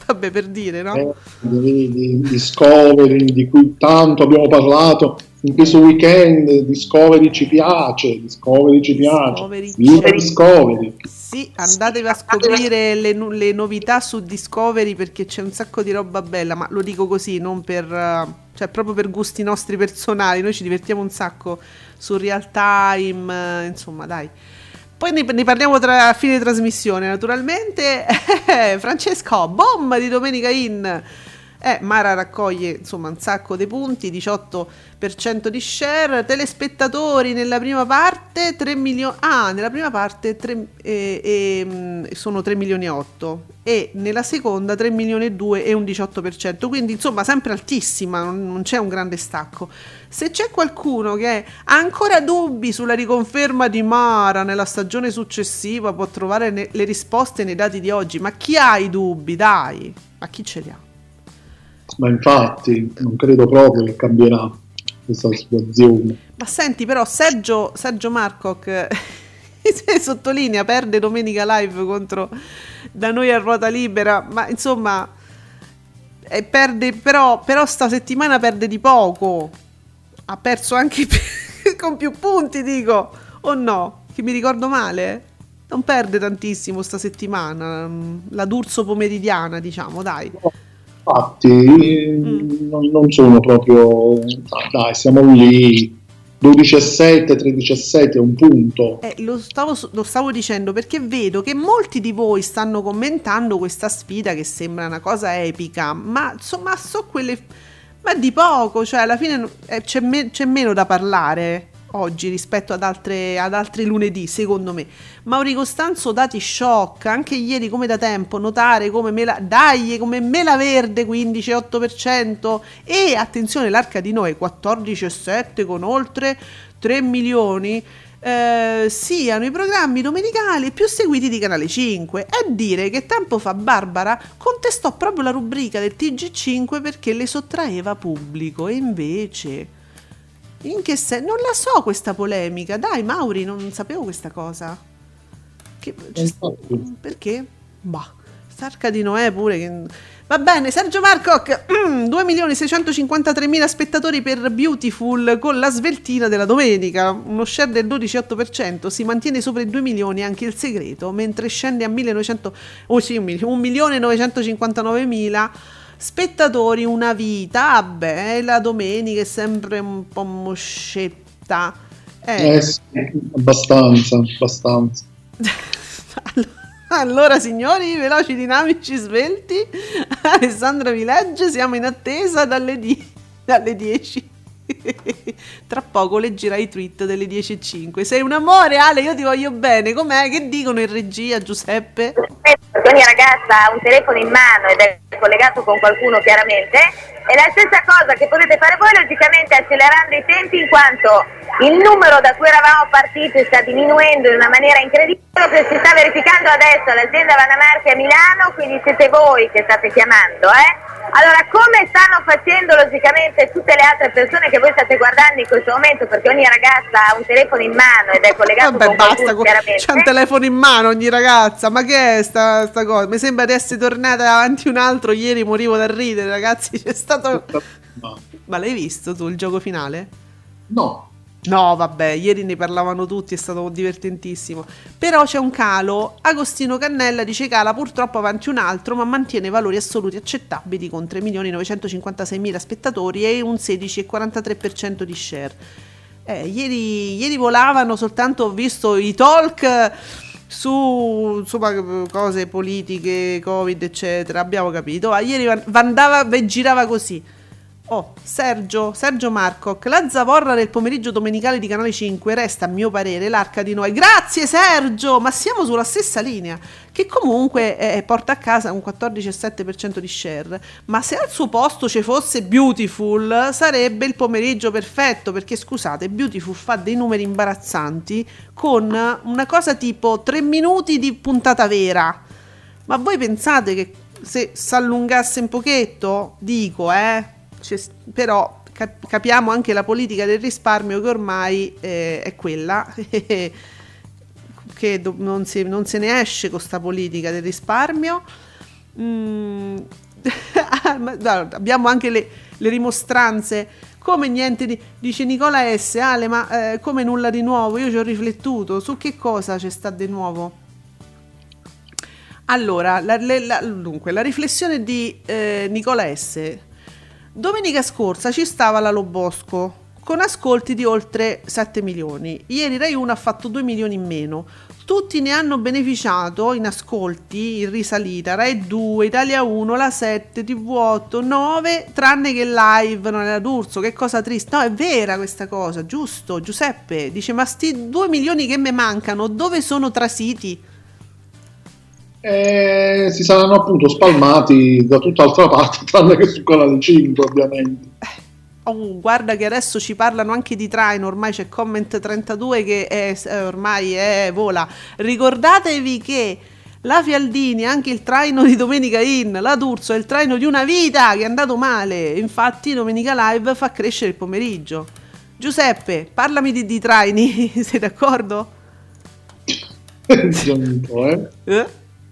Vabbè, per dire, no? Eh, di, di Discovery, di cui tanto abbiamo parlato in questo weekend. Discovery ci piace, Discovery ci piace, Discovery, viva Discovery. Sì, andatevi a scoprire le, nu- le novità su Discovery, perché c'è un sacco di roba bella, ma lo dico così, non per, uh, cioè proprio per gusti nostri personali. Noi ci divertiamo un sacco su Real Time, uh, insomma, dai. Poi ne, ne parliamo tra, a fine trasmissione, naturalmente. Francesco, bomba di Domenica In. Eh, Mara raccoglie insomma un sacco di punti, diciotto per cento di share. Telespettatori nella prima parte tre milioni. Ah, nella prima parte tre, eh, eh, sono tre milioni e otto, e nella seconda tre milioni e due e un diciotto per cento. Quindi insomma sempre altissima, non, non c'è un grande stacco. Se c'è qualcuno che ha ancora dubbi sulla riconferma di Mara nella stagione successiva, può trovare ne- le risposte nei dati di oggi. Ma chi ha i dubbi? Dai, ma chi ce li ha? Ma infatti non credo proprio che cambierà questa situazione. Ma senti, però Sergio, Sergio Marcoc sottolinea, perde domenica live contro Da Noi a Ruota Libera, ma insomma eh, perde, però, però sta settimana perde di poco, ha perso anche con più punti, dico, o no? Che mi ricordo male? Non perde tantissimo sta settimana, la D'Urso pomeridiana, diciamo, dai. Infatti mm. non, non sono proprio, dai, siamo lì, dodici e sette, tredici e sette, un punto. Eh, lo, stavo, lo stavo dicendo perché vedo che molti di voi stanno commentando questa sfida che sembra una cosa epica, ma insomma so quelle, ma di poco, cioè alla fine eh, c'è, me, c'è meno da parlare oggi rispetto ad altre ad altri lunedì, secondo me. Mauri Costanzo, dati shock anche ieri come da tempo, notare come Mela, dai, come Mela Verde quindici virgola otto per cento, e attenzione l'Arca di Noè quattordici virgola sette con oltre tre milioni, eh, siano i programmi domenicali più seguiti di Canale cinque. È dire che tempo fa Barbara contestò proprio la rubrica del T G cinque perché le sottraeva pubblico, e invece in che senso? Non la so questa polemica. Dai, Mauri, non sapevo questa cosa. Che, perché? Bah, Arca di Noè pure che... Va bene, Sergio Marcoc, mm, due milioni seicentocinquantatremila spettatori per Beautiful con la sveltina della domenica, uno share del dodici virgola otto per cento, si mantiene sopra i due milioni anche Il Segreto, mentre scende a millenovecento, oh sì, un milione novecentocinquantanovemila spettatori. Una vita, vabbè, la domenica è sempre un po' moscetta. Eh, eh sì, abbastanza, abbastanza. Allora, signori, veloci, dinamici, svelti, Alessandra vi legge, siamo in attesa dalle, die- dalle dieci. Tra poco leggerai i tweet delle dieci e cinque. Sei un amore, Ale, io ti voglio bene. Com'è? Che dicono in regia, Giuseppe? Ogni ragazza ha un telefono in mano ed è collegato con qualcuno, chiaramente, e la stessa cosa che potete fare voi, logicamente accelerando i tempi, in quanto il numero da cui eravamo partiti sta diminuendo in una maniera incredibile, che si sta verificando adesso all'azienda Vanamarchi a Milano, quindi siete voi che state chiamando, eh? Allora, come stanno facendo logicamente tutte le altre persone che voi state guardando in questo momento, perché ogni ragazza ha un telefono in mano ed è collegato Vabbè, con basta, qualcuno, chiaramente. c'è un telefono in mano ogni ragazza, ma che è sta, sta cosa? Mi sembra di essere tornata avanti un altro. Ieri morivo da ridere, ragazzi, c'è stato... No. Ma l'hai visto tu il gioco finale? No. No, vabbè, ieri ne parlavano tutti, è stato divertentissimo. Però c'è un calo. Agostino Cannella dice cala purtroppo avanti un altro, ma mantiene valori assoluti accettabili con tre milioni novecentocinquantaseimila spettatori e un sedici virgola quarantatré per cento di share. Eh, ieri, ieri volavano, soltanto ho visto i talk su insomma cose politiche, Covid, eccetera. Abbiamo capito. Ah, ieri andava e girava così. Oh, Sergio, Sergio Marcoc, la zavorra del pomeriggio domenicale di Canale cinque resta, a mio parere, l'Arca di Noè. Grazie Sergio, ma siamo sulla stessa linea, che comunque eh, porta a casa un quattordici virgola sette per cento di share, ma se al suo posto ci fosse Beautiful sarebbe il pomeriggio perfetto, perché scusate, Beautiful fa dei numeri imbarazzanti con una cosa tipo tre minuti di puntata vera. Ma voi pensate che se s'allungasse un pochetto, dico, eh... C'è, però cap- capiamo anche la politica del risparmio, che ormai eh, è quella che do- non, si, non se ne esce con sta politica del risparmio. Mm, abbiamo anche le, le rimostranze. Come niente di, dice Nicola S. Ale, ma eh, come nulla di nuovo? Io ci ho riflettuto su che cosa c'è sta di nuovo. Allora, la, la, dunque, la riflessione di eh, Nicola S. Domenica scorsa ci stava la Lobosco con ascolti di oltre sette milioni. Ieri Rai uno ha fatto due milioni in meno. Tutti ne hanno beneficiato in ascolti in risalita. Rai due, Italia uno, La sette, T V otto, nove, tranne che Live non era D'Urso. Che cosa triste. No, è vera questa cosa, giusto? Giuseppe dice, ma sti due milioni che mi mancano, dove sono trasiti? Eh, si saranno appunto spalmati da tutt'altra parte, tranne che su Canale cinque, ovviamente. Oh, guarda che adesso ci parlano anche di traino, ormai c'è Comment trentadue che è, ormai è vola. Ricordatevi che la Fialdini, anche il traino di Domenica In, la D'Urso è il traino di una vita che è andato male, infatti Domenica Live fa crescere il pomeriggio. Giuseppe, parlami di, di traini, sei d'accordo? un po', eh? eh?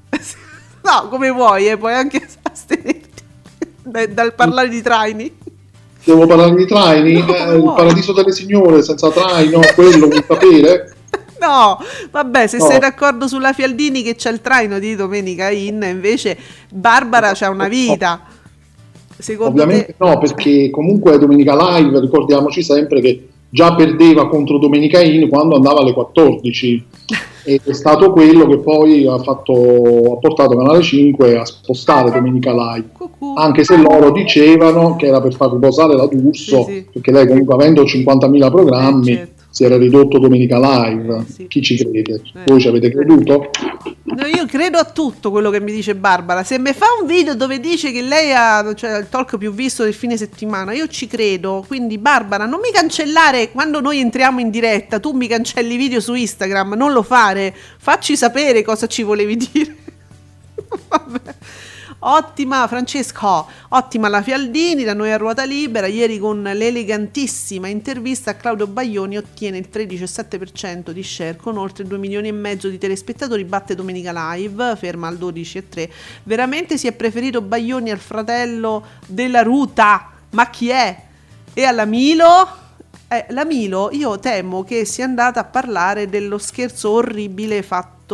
No, come vuoi, eh, puoi anche astenerti dal parlare di traini. Devo parlare di traini? No, eh, il paradiso delle signore senza traino, quello vuoi sapere? No, vabbè, se no. sei d'accordo sulla Fialdini che c'è il traino di Domenica In, invece Barbara c'ha una vita. Secondo Ovviamente te... no, perché comunque Domenica Live, ricordiamoci sempre che già perdeva contro Domenica In quando andava alle quattordici. E è stato quello che poi ha fatto ha portato Canale cinque a spostare Domenica Live, anche se loro dicevano che era per far riposare la D'Urso, sì, sì. perché lei comunque avendo cinquantamila programmi eh, certo. si era ridotto Domenica Live, eh, sì. Chi ci crede? Eh. Voi ci avete creduto? No, io credo a tutto quello che mi dice Barbara. Se mi fa un video dove dice che lei ha, cioè, il talk più visto del fine settimana, io ci credo. Quindi Barbara, non mi cancellare quando noi entriamo in diretta, tu mi cancelli video su Instagram, non lo fare, facci sapere cosa ci volevi dire. Vabbè. Ottima Francesco, ottima la Fialdini, da noi a ruota libera. Ieri con l'elegantissima intervista a Claudio Baglioni ottiene il tredici virgola sette per cento di share con oltre due milioni e mezzo di telespettatori, batte Domenica Live, ferma al dodici virgola tre. Veramente si è preferito Baglioni al fratello della Ruta, ma chi è? E alla Milo? Eh, la Milo, io temo che sia andata a parlare dello scherzo orribile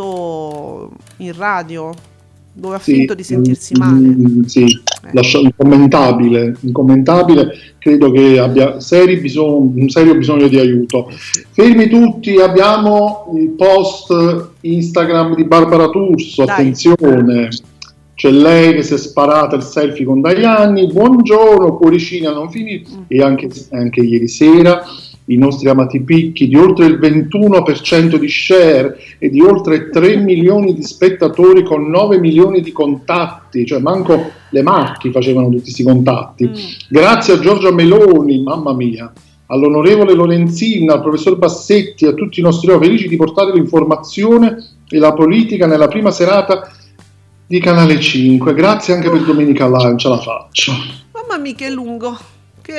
fatto in radio, dove ha Sì, finto di sentirsi male. mm, sì, Eh. lascia- incommentabile, incommentabile, credo che abbia seri bisog- un serio bisogno di aiuto. Fermi tutti, abbiamo il post Instagram di Barbara Turso, Dai. attenzione, c'è lei che si è sparata il selfie con Daiani, buongiorno, cuoricini a non finire, Mm. e anche, anche ieri sera i nostri amati picchi di oltre il ventuno per cento di share e di oltre tre milioni di spettatori con nove milioni di contatti, cioè manco le Marchi facevano tutti questi contatti. Mm. Grazie a Giorgia Meloni, mamma mia, all'onorevole Lorenzin, al professor Bassetti, a tutti i nostri felici di portare l'informazione e la politica nella prima serata di Canale cinque. Grazie anche per Domenica Live, ce la faccio. Mamma mia, che lungo. Che...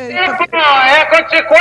Eccoci qua!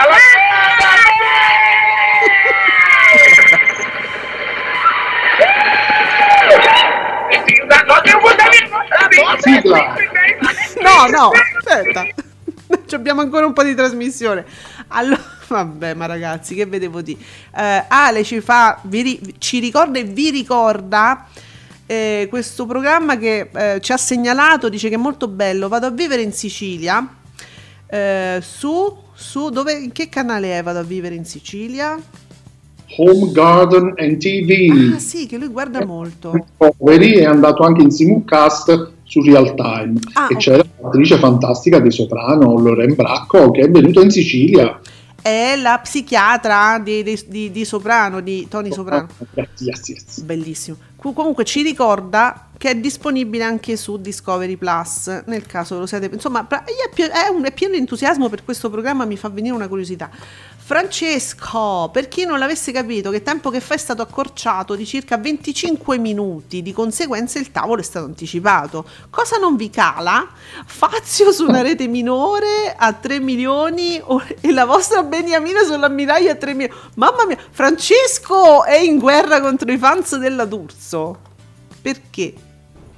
Sigla. No, no, aspetta. Ci abbiamo ancora un po' di trasmissione. Allora, vabbè, ma ragazzi, che vedevo di eh, Ale ci fa vi ri- ci ricorda e vi ricorda eh, questo programma che eh, ci ha segnalato, dice che è molto bello. Vado a vivere in Sicilia. Eh, su su dove, in che canale è Vado a vivere in Sicilia? Home Garden and T V. Ah sì, che lui guarda molto. Poveri è andato anche in simulcast su Real Time Ah, e ok. c'è l'attrice fantastica di Soprano, Loren Bracco, che è venuta in Sicilia. È la psichiatra di, di, di, di Soprano, di Tony Soprano. Yes, yes. Bellissimo. Com- comunque ci ricorda che è disponibile anche su Discovery Plus, nel caso lo siate. Insomma, pra- è, pie- è, un, è pieno di entusiasmo per questo programma, mi fa venire una curiosità. Francesco, per chi non l'avesse capito, che tempo che fa è stato accorciato di circa venticinque minuti, di conseguenza il tavolo è stato anticipato. Cosa non vi cala? Fazio su una rete minore a tre milioni o- e la vostra Beniamina sull'ammiraglio a tre milioni. Mamma mia, Francesco è in guerra contro i fans della D'Urso. Perché?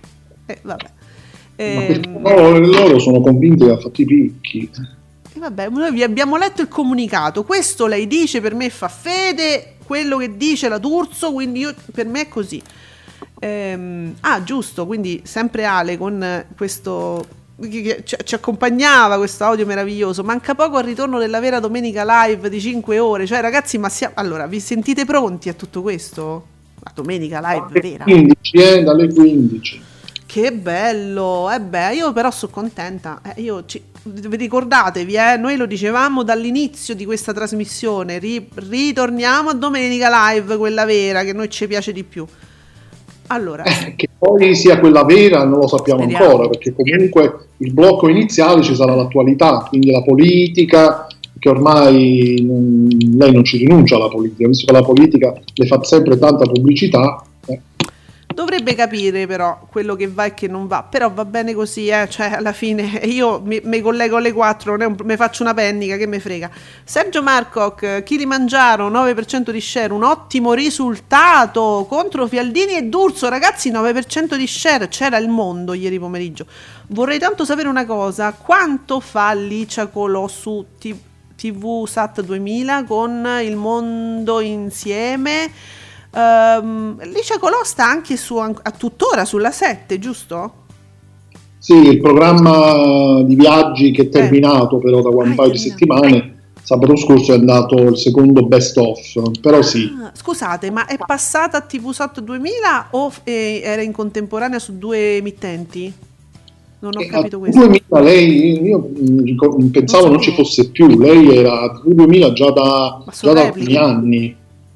Eh, vabbè. Ma Ehm, perché loro, loro sono convinti che ha fatto i picchi. E vabbè, noi vi abbiamo letto il comunicato. Questo lei dice, per me fa fede, quello che dice la D'Urso, quindi io, per me è così. Ehm, ah, giusto, quindi sempre Ale con questo che ci, ci accompagnava, questo audio meraviglioso. Manca poco al ritorno della vera domenica live di cinque ore. Cioè, ragazzi, ma siamo... allora, vi sentite pronti a tutto questo? La domenica live vera. quindici, eh, dalle quindici. Che bello, eh beh, io però sono contenta. Eh, io ci... vi ricordatevi, eh, noi lo dicevamo dall'inizio di questa trasmissione, ri... ritorniamo a domenica live, quella vera, che noi ci piace di più. Allora, Eh, che poi sia quella vera non lo sappiamo Speriamo. ancora, perché comunque il blocco iniziale ci sarà l'attualità, quindi la politica, che ormai non- lei non ci rinuncia alla politica, visto che la politica le fa sempre tanta pubblicità. eh. dovrebbe capire però quello che va e che non va, però va bene così, eh, cioè alla fine io mi, mi collego alle quattro, non è un- mi faccio una pennica, che me frega. Sergio Marcoc, Kilimangiaro, nove per cento di share, un ottimo risultato contro Fialdini e D'Urso, ragazzi, nove per cento di share, c'era il mondo ieri pomeriggio. Vorrei tanto sapere una cosa, quanto fa Licia Colò su T- TV Sat duemila con Il Mondo Insieme? Um, Licia Colò sta anche su, a tuttora sulla sette, giusto? Sì, il programma di viaggi che è terminato però da un Ah, è paio di terminato. settimane, sabato scorso è andato il secondo best of, però sì. Ah, scusate, ma è passata a T V Sat duemila o f- eh, era in contemporanea su due emittenti? Non ho E capito a questo. duemila lei, io mh, ricor- pensavo Non non, so. ci fosse più, lei era a duemila già da, Ma sono già da repliche? alcuni anni.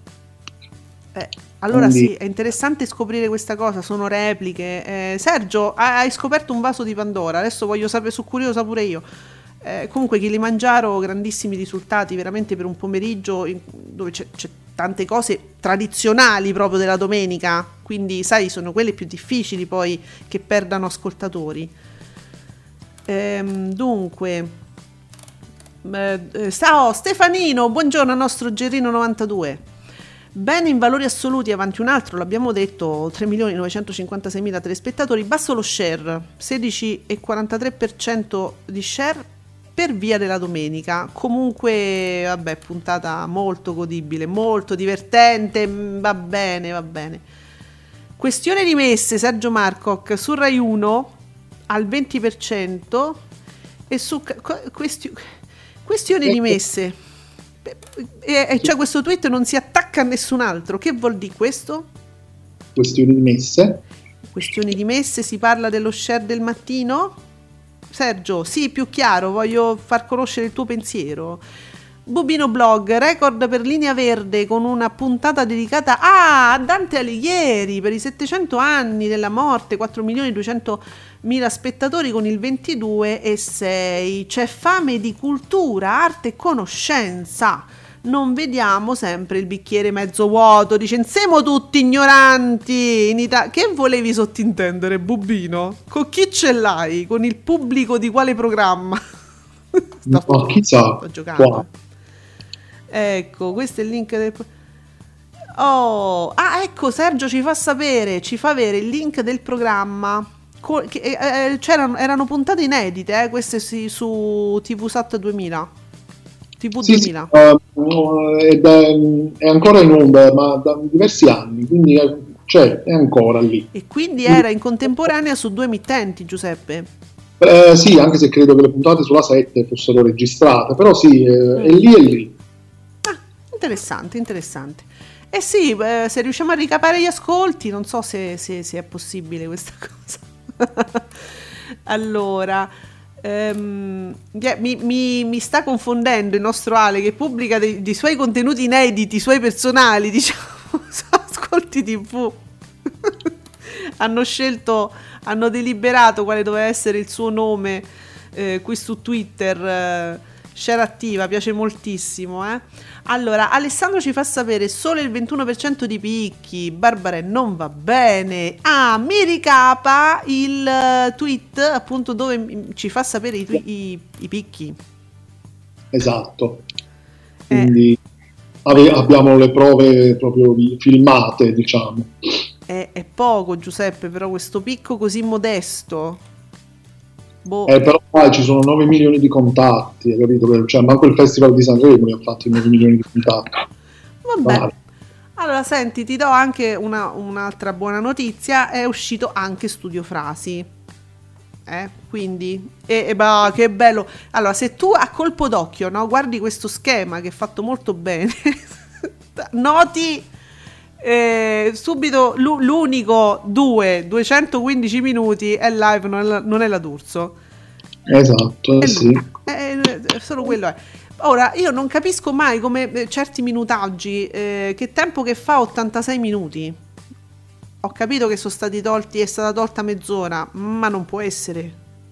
Eh, allora Quindi- sì, è interessante scoprire questa cosa, sono repliche. Eh, Sergio, ha- hai scoperto un vaso di Pandora, adesso voglio sapere, sono curiosa pure io. Eh, comunque Kilimangiaro, grandissimi risultati, veramente per un pomeriggio in- dove c'è, c'è tante cose tradizionali proprio della domenica, quindi sai, sono quelle più difficili poi che perdano ascoltatori. Ehm, dunque, eh, eh, ciao Stefanino, buongiorno al nostro Gerino novantadue. Bene in valori assoluti, avanti un altro, l'abbiamo detto, tre milioni novecentocinquantaseimila telespettatori, basso lo share, sedici virgola quarantatré per cento di share per via della domenica. Comunque, vabbè, puntata molto godibile, molto divertente, mm, va bene, va bene. Questione rimesse, Sergio Marcoc, su Rai uno al venti per cento e su ca- que- questi- questioni rimesse. E, e cioè questo tweet non si attacca a nessun altro. Che vuol dire questo? Questioni dimesse. Questioni rimesse, si parla dello share del mattino? Sergio, sì, più chiaro, voglio far conoscere il tuo pensiero. Bubino Blog, record per Linea Verde con una puntata dedicata ah, a Dante Alighieri per i settecento anni della morte, quattro milioni duecentomila spettatori con il ventidue virgola sei. C'è fame di cultura, arte e conoscenza. Non vediamo sempre il bicchiere mezzo vuoto, dice siamo tutti ignoranti in Ita- che volevi sottintendere, Bubino? Con chi ce l'hai? Con il pubblico di quale programma? No, chissà. Sto giocando. Qua. Ecco, questo è il link del... Oh, ah, ecco, Sergio ci fa sapere, ci fa avere il link del programma. Co- che, eh, eh, c'erano, erano puntate inedite, eh, queste sì, su T V Sat duemila. T V Sì, sì, duemila. uh, ed è, è ancora in onda, ma da diversi anni, quindi è, cioè, è ancora lì. E quindi era in contemporanea su due emittenti, Giuseppe. Eh, sì, anche se credo che le puntate sulla sette fossero registrate, però sì, eh, è lì e lì. Interessante, interessante. Eh sì, eh, se riusciamo a ricapare gli ascolti, non so se, se- se è possibile questa cosa. Allora, ehm, yeah, mi, mi- mi sta confondendo il nostro Ale che pubblica dei, dei suoi contenuti inediti, i suoi personali, diciamo, su Ascolti tivù. Hanno scelto, hanno deliberato quale doveva essere il suo nome eh, qui su Twitter. eh, Share attiva, piace moltissimo. Eh? Allora, Alessandro ci fa sapere solo il ventuno per cento di picchi. Barbara non va bene. Ah, mi ricapa il eh, tweet appunto dove m- ci fa sapere i, twi- i- i picchi. Esatto. Quindi ave- abbiamo le prove proprio vi- filmate, diciamo. Eh, è poco, Giuseppe, però questo picco così modesto. Boh. Eh, però poi ci sono nove milioni di contatti, hai capito? Cioè, manco il Festival di Sanremo li ha fatti nove milioni di contatti. Vabbè. Vale. Allora, senti, ti do anche una, un'altra buona notizia, è uscito anche Studio Frasi. Eh, quindi, e, e bah, che bello. Allora, se tu a colpo d'occhio, no, guardi questo schema che è fatto molto bene, noti eh, subito l'u- l'unico due duecentoquindici minuti è live, non è, la, non è la D'Urso. Esatto, È sì. lui. Eh, eh, solo quello è. Ora, io non capisco mai come eh, certi minutaggi, eh, che tempo che fa ottantasei minuti. Ho capito che sono stati tolti, è stata tolta mezz'ora, ma non può essere.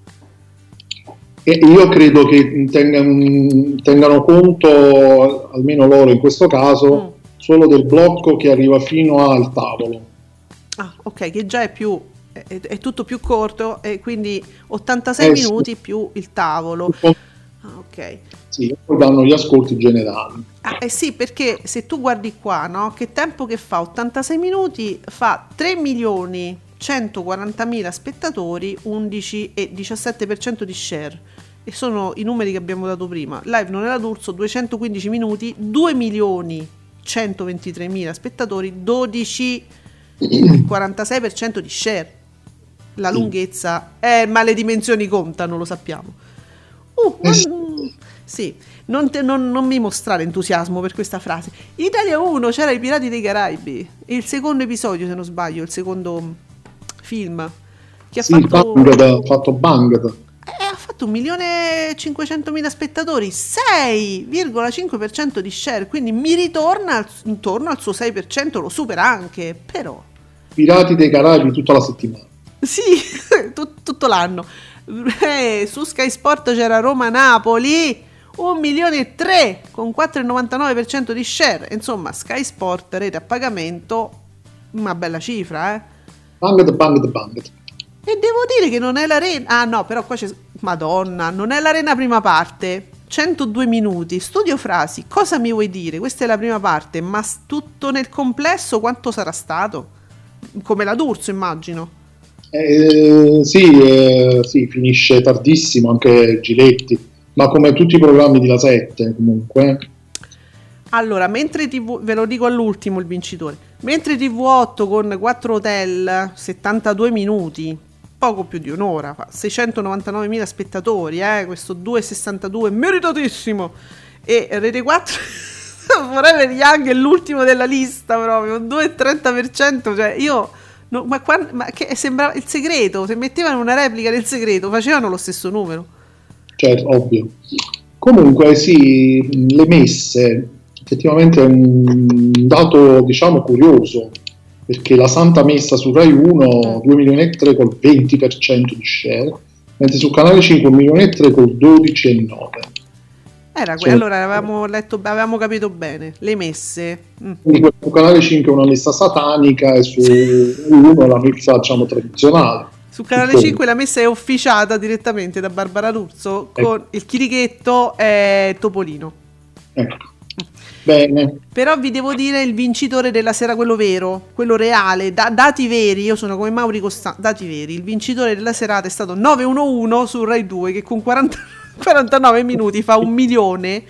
E io credo che tengano, tengano conto, almeno loro in questo caso, mm. solo del blocco che arriva fino al tavolo. Ah, ok, che già è più è, è tutto più corto, e quindi ottantasei eh, minuti sì. più il tavolo. Ah, ok. Sì, poi danno gli ascolti generali. Ah, eh sì, perché se tu guardi qua, no, che tempo che fa? ottantasei minuti, fa tre milioni centoquarantamila spettatori, undici e diciassette per cento di share. E sono i numeri che abbiamo dato prima. Live non è la D'Urso, duecentoquindici minuti, due milioni centoventitremila spettatori, dodici e quarantasei per cento di share. La lunghezza, eh, ma le dimensioni contano, lo sappiamo. Uh, Eh sì. non, sì, non, te- non- non mi mostrare entusiasmo per questa frase. In Italia uno c'era i Pirati dei Caraibi, il secondo episodio, se non sbaglio, il secondo film che ha Sì, fatto Banged, ha fatto Banged. eh, ha fatto un milione e cinquecentomila spettatori, sei virgola cinque per cento di share, quindi mi ritorna al- intorno al suo sei per cento, lo supera anche, però Pirati dei Caraibi tutta la settimana. sì, tut- tutto l'anno. Eh, su Sky Sport c'era Roma-Napoli, un milione e tre con quattro virgola novantanove per cento di share. Insomma, Sky Sport, rete a pagamento, una bella cifra, eh. Banged, Banged, Banged. E devo dire che non è l'arena. Ah no, però qua c'è. Madonna, non è l'arena prima parte. centodue minuti. Studio Frasi. Cosa mi vuoi dire? Questa è la prima parte, ma s- tutto nel complesso quanto sarà stato? Come la D'Urso, immagino. Eh, sì, eh, sì, finisce tardissimo anche Giletti, ma come tutti i programmi di La sette comunque. Allora, mentre T V, ve lo dico all'ultimo il vincitore, mentre T V otto con quattro hotel, settantadue minuti, poco più di un'ora, fa seicentonovantanovemila spettatori, eh, questo due virgola sessantadue, meritatissimo, e Rete quattro, Forever Young è l'ultimo della lista proprio, due virgola trenta per cento, cioè io, no, ma, qua, ma che sembrava il segreto, se mettevano una replica del segreto facevano lo stesso numero. Certo, ovvio. Comunque sì, le messe effettivamente è un dato diciamo curioso, perché la Santa Messa su Rai uno due milioni e tre col venti per cento di share, mentre su Canale cinque un milione e tre col dodici virgola nove. Era que- Sì. allora avevamo letto, avevamo capito bene, le messe. Mm. Quindi su Canale cinque è una messa satanica e su uno la messa diciamo tradizionale. Su Canale cinque la messa è officiata direttamente da Barbara D'Urso con il chirichetto e Topolino. Ecco. Bene. Però vi devo dire il vincitore della sera, quello vero, quello reale, da- dati veri, io sono come Mauri Costanzo, dati veri, il vincitore della serata è stato nove uno uno su Rai due che con quaranta quarantanove minuti fa un milione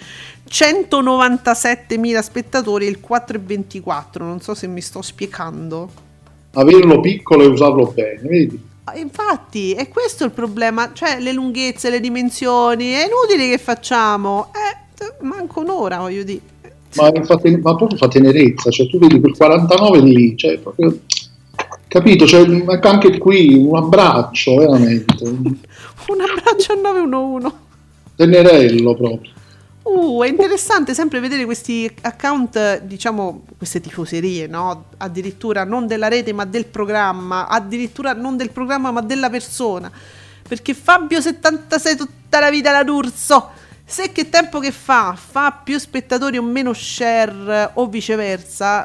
centonovantasettemila spettatori e il quattro virgola ventiquattro, non so se mi sto spiegando. Averlo piccolo e usarlo bene, vedi? Ah, infatti, è questo il problema, cioè le lunghezze, le dimensioni, è inutile che facciamo, eh, manco un'ora, voglio dire. Ma, infatti, ma proprio fa tenerezza, cioè tu vedi quel quarantanove lì, cioè proprio, capito, cioè, anche qui un abbraccio veramente, Un abbraccio a nove uno uno. tenerello proprio. Uh, è interessante sempre vedere questi account, diciamo, queste tifoserie, no? Addirittura non della rete ma del programma, addirittura non del programma ma della persona. Perché Fabio settantasei tutta la vita la D'Urso, se che tempo che fa, fa più spettatori o meno share o viceversa,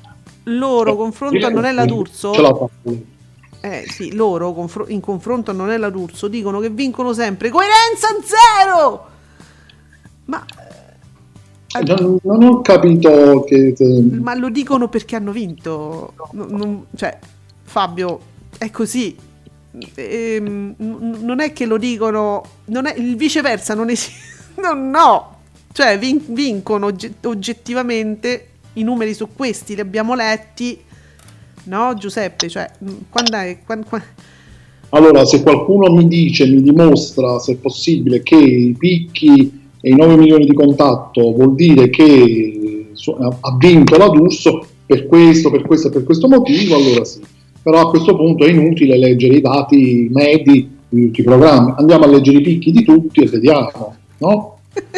loro confronto a Non è la D'Urso. Ce la fa. Eh sì, loro confro- in confronto a Non è la D'Urso dicono che vincono sempre. Coerenza zero! Ma, eh, Non, non ho capito che, che- ma lo dicono perché hanno vinto. Non- non- cioè, Fabio, è così. Ehm, non è che lo dicono, non è, il viceversa non esiste. No, no, cioè vin- vincono ogge- oggettivamente i numeri su questi, li abbiamo letti, no Giuseppe? Cioè, quando è, quando, quando... Allora, se qualcuno mi dice, mi dimostra se è possibile che i picchi e i nove milioni di contatto vuol dire che ha vinto la D'Urso per questo, per questo e per questo motivo, allora sì. Però a questo punto è inutile leggere i dati medi di tutti i programmi, andiamo a leggere i picchi di tutti e vediamo. No?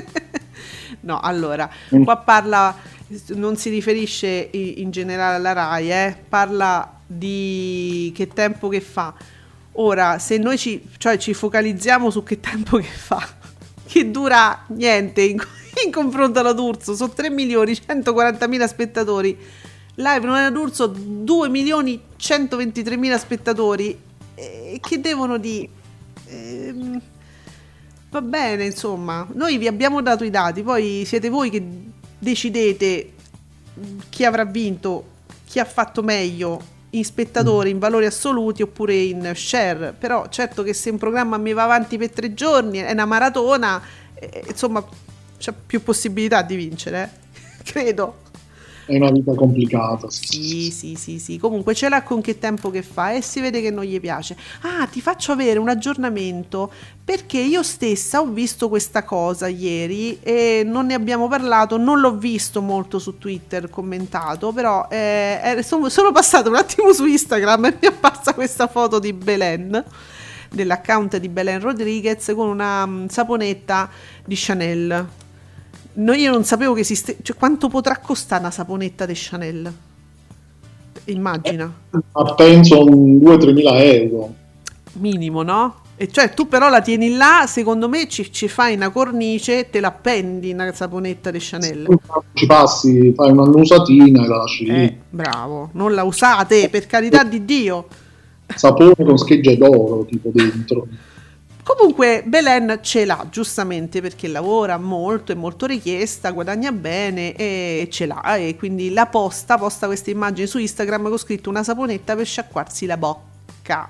No, allora, qua parla, non si riferisce in generale alla Rai, eh, parla di che tempo che fa. Ora, se noi ci, cioè, ci focalizziamo su che tempo che fa, che dura niente in, in confronto alla D'Urso, sono tre milioni centoquarantamila spettatori, live non era D'Urso due milioni centoventitremila spettatori, eh, che devono di... Eh, Va bene, insomma, noi vi abbiamo dato i dati, poi siete voi che decidete chi avrà vinto, chi ha fatto meglio in spettatori, in valori assoluti oppure in share. Però certo che se un programma mi va avanti per tre giorni, è una maratona, eh, insomma, c'è più possibilità di vincere, eh? Credo. È una vita complicata. Sì, sì, sì, sì. Comunque ce l'ha con che tempo che fa e si vede che non gli piace. Ah, ti faccio avere un aggiornamento perché io stessa ho visto questa cosa ieri e non ne abbiamo parlato, non l'ho visto molto su Twitter commentato, però eh, eh, sono, sono passato un attimo su Instagram e mi è apparsa questa foto di Belen, dell'account di Belen Rodriguez, con una um, saponetta di Chanel. No, io non sapevo che esiste, cioè quanto potrà costare una saponetta di Chanel? Immagina. Ma penso un due tre mila euro. Minimo, no? E cioè tu però la tieni là, secondo me ci, ci fai una cornice, te la appendi una saponetta di Chanel. Ci passi, fai un'annusatina e la lasci lì. Eh, bravo, non la usate, per carità di Dio. Sapone con schegge d'oro tipo dentro. Comunque Belen ce l'ha, giustamente, perché lavora molto, è molto richiesta, guadagna bene e ce l'ha, e quindi la posta, posta queste immagini su Instagram con scritto una saponetta per sciacquarsi la bocca.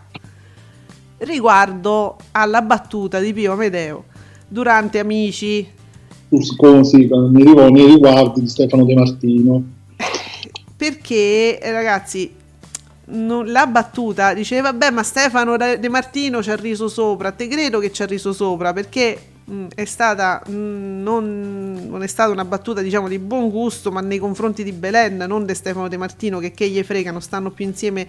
Riguardo alla battuta di Pio Amedeo durante Amici. Sì, nei riguardi di Stefano De Martino. Perché, ragazzi, non, la battuta diceva vabbè, ma Stefano De Martino ci ha riso sopra. Te credo che ci ha riso sopra, perché mh, è stata mh, non, non è stata una battuta, diciamo, di buon gusto, ma nei confronti di Belen, non di Stefano De Martino, che che gli frega, non stanno più insieme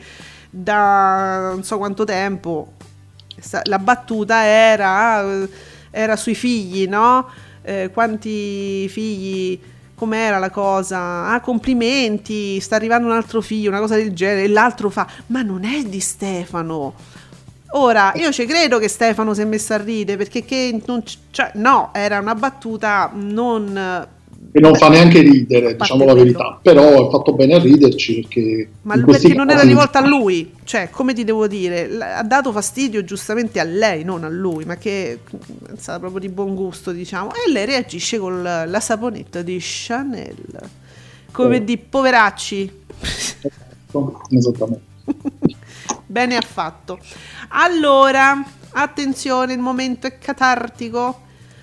da non so quanto tempo. La battuta era era sui figli, no? Eh, quanti figli, com'era la cosa? Ah, complimenti, sta arrivando un altro figlio, una cosa del genere, e l'altro fa ma non è di Stefano. Ora io ci credo che Stefano si è messo a ridere, perché che non c- cioè, no, era una battuta non e non fa neanche ridere, diciamo la verità, però ha fatto bene a riderci, perché ma perché non era rivolta a lui, cioè, come ti devo dire, ha dato fastidio giustamente a lei, non a lui, ma che è stata proprio di buon gusto, diciamo, e lei reagisce con la, la saponetta di Chanel, come oh. di poveracci. Esattamente. Bene ha fatto. Allora, attenzione, il momento è catartico.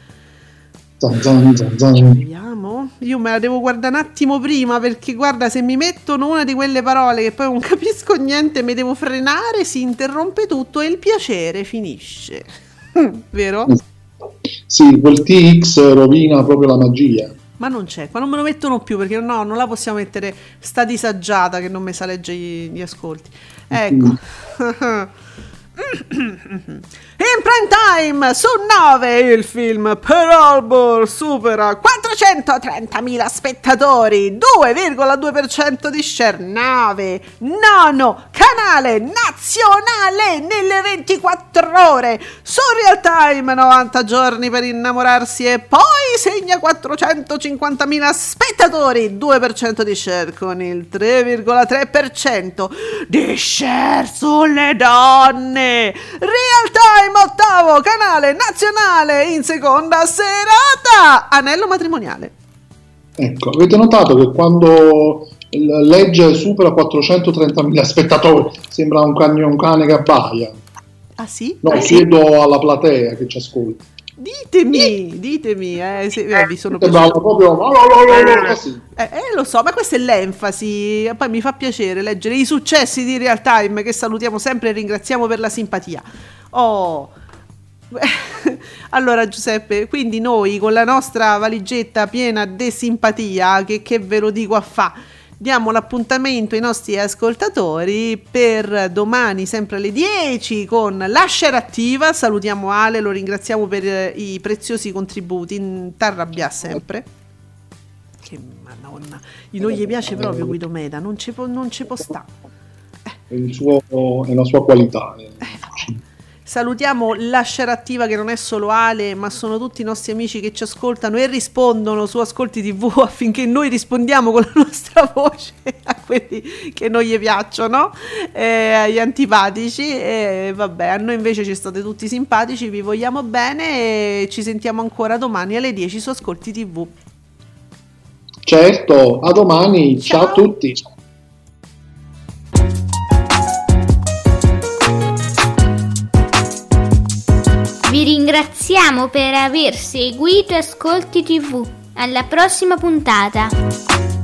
Zan, zan, zan, zan. Vediamo. Io me la devo guardare un attimo prima, perché guarda, se mi mettono una di quelle parole che poi non capisco niente, mi devo frenare, si interrompe tutto e il piacere finisce. Vero? Sì, quel T X rovina proprio la magia. Ma non c'è, qua non me lo mettono più, perché no, non la possiamo mettere sta disagiata che non mi sa leggere gli, gli ascolti. Ecco. Mm. In prime time su nove il film Pearl Harbor supera quattrocentotrentamila spettatori, due virgola due per cento di share. Nove nono canale nazionale nelle ventiquattro ore su Real Time, novanta giorni per innamorarsi, e poi segna quattrocentocinquantamila spettatori, due per cento di share, con il tre virgola tre per cento di share sulle donne. Real Time ottavo canale nazionale in seconda serata, anello matrimoniale. Ecco, avete notato che quando il- legge supera quattrocentotrentamila spettatori, sembra un cane, un cane che abbaia. Ah sì? No, Ah, sì? chiedo alla platea che ci ascolta. Ditemi, ditemi, eh, se, eh, vi sono Sembrava piaciuti. proprio oh, oh, oh, oh, così. Eh, eh, lo so, ma questa è l'enfasi. Poi mi fa piacere leggere i successi di Real Time, che salutiamo sempre e ringraziamo per la simpatia. Oh. Allora Giuseppe, quindi noi con la nostra valigetta piena di simpatia, che, che ve lo dico a fa, diamo l'appuntamento ai nostri ascoltatori per domani sempre alle dieci con la share attiva. Salutiamo Ale, lo ringraziamo per eh, i preziosi contributi, in t'arrabbia sempre. Che madonna, non gli piace proprio Guido Meda, non ci può, non ci può sta. È, il suo, è la sua qualità. eh. Salutiamo la share attiva, che non è solo Ale, ma sono tutti i nostri amici che ci ascoltano e rispondono su Ascolti tivù, affinché noi rispondiamo con la nostra voce a quelli che non gli piacciono, eh, agli antipatici. E vabbè, a noi invece ci state tutti simpatici, vi vogliamo bene e ci sentiamo ancora domani alle dieci su Ascolti tivù. Certo, a domani, ciao, ciao a tutti. Vi ringraziamo per aver seguito Ascolti tivù. Alla prossima puntata.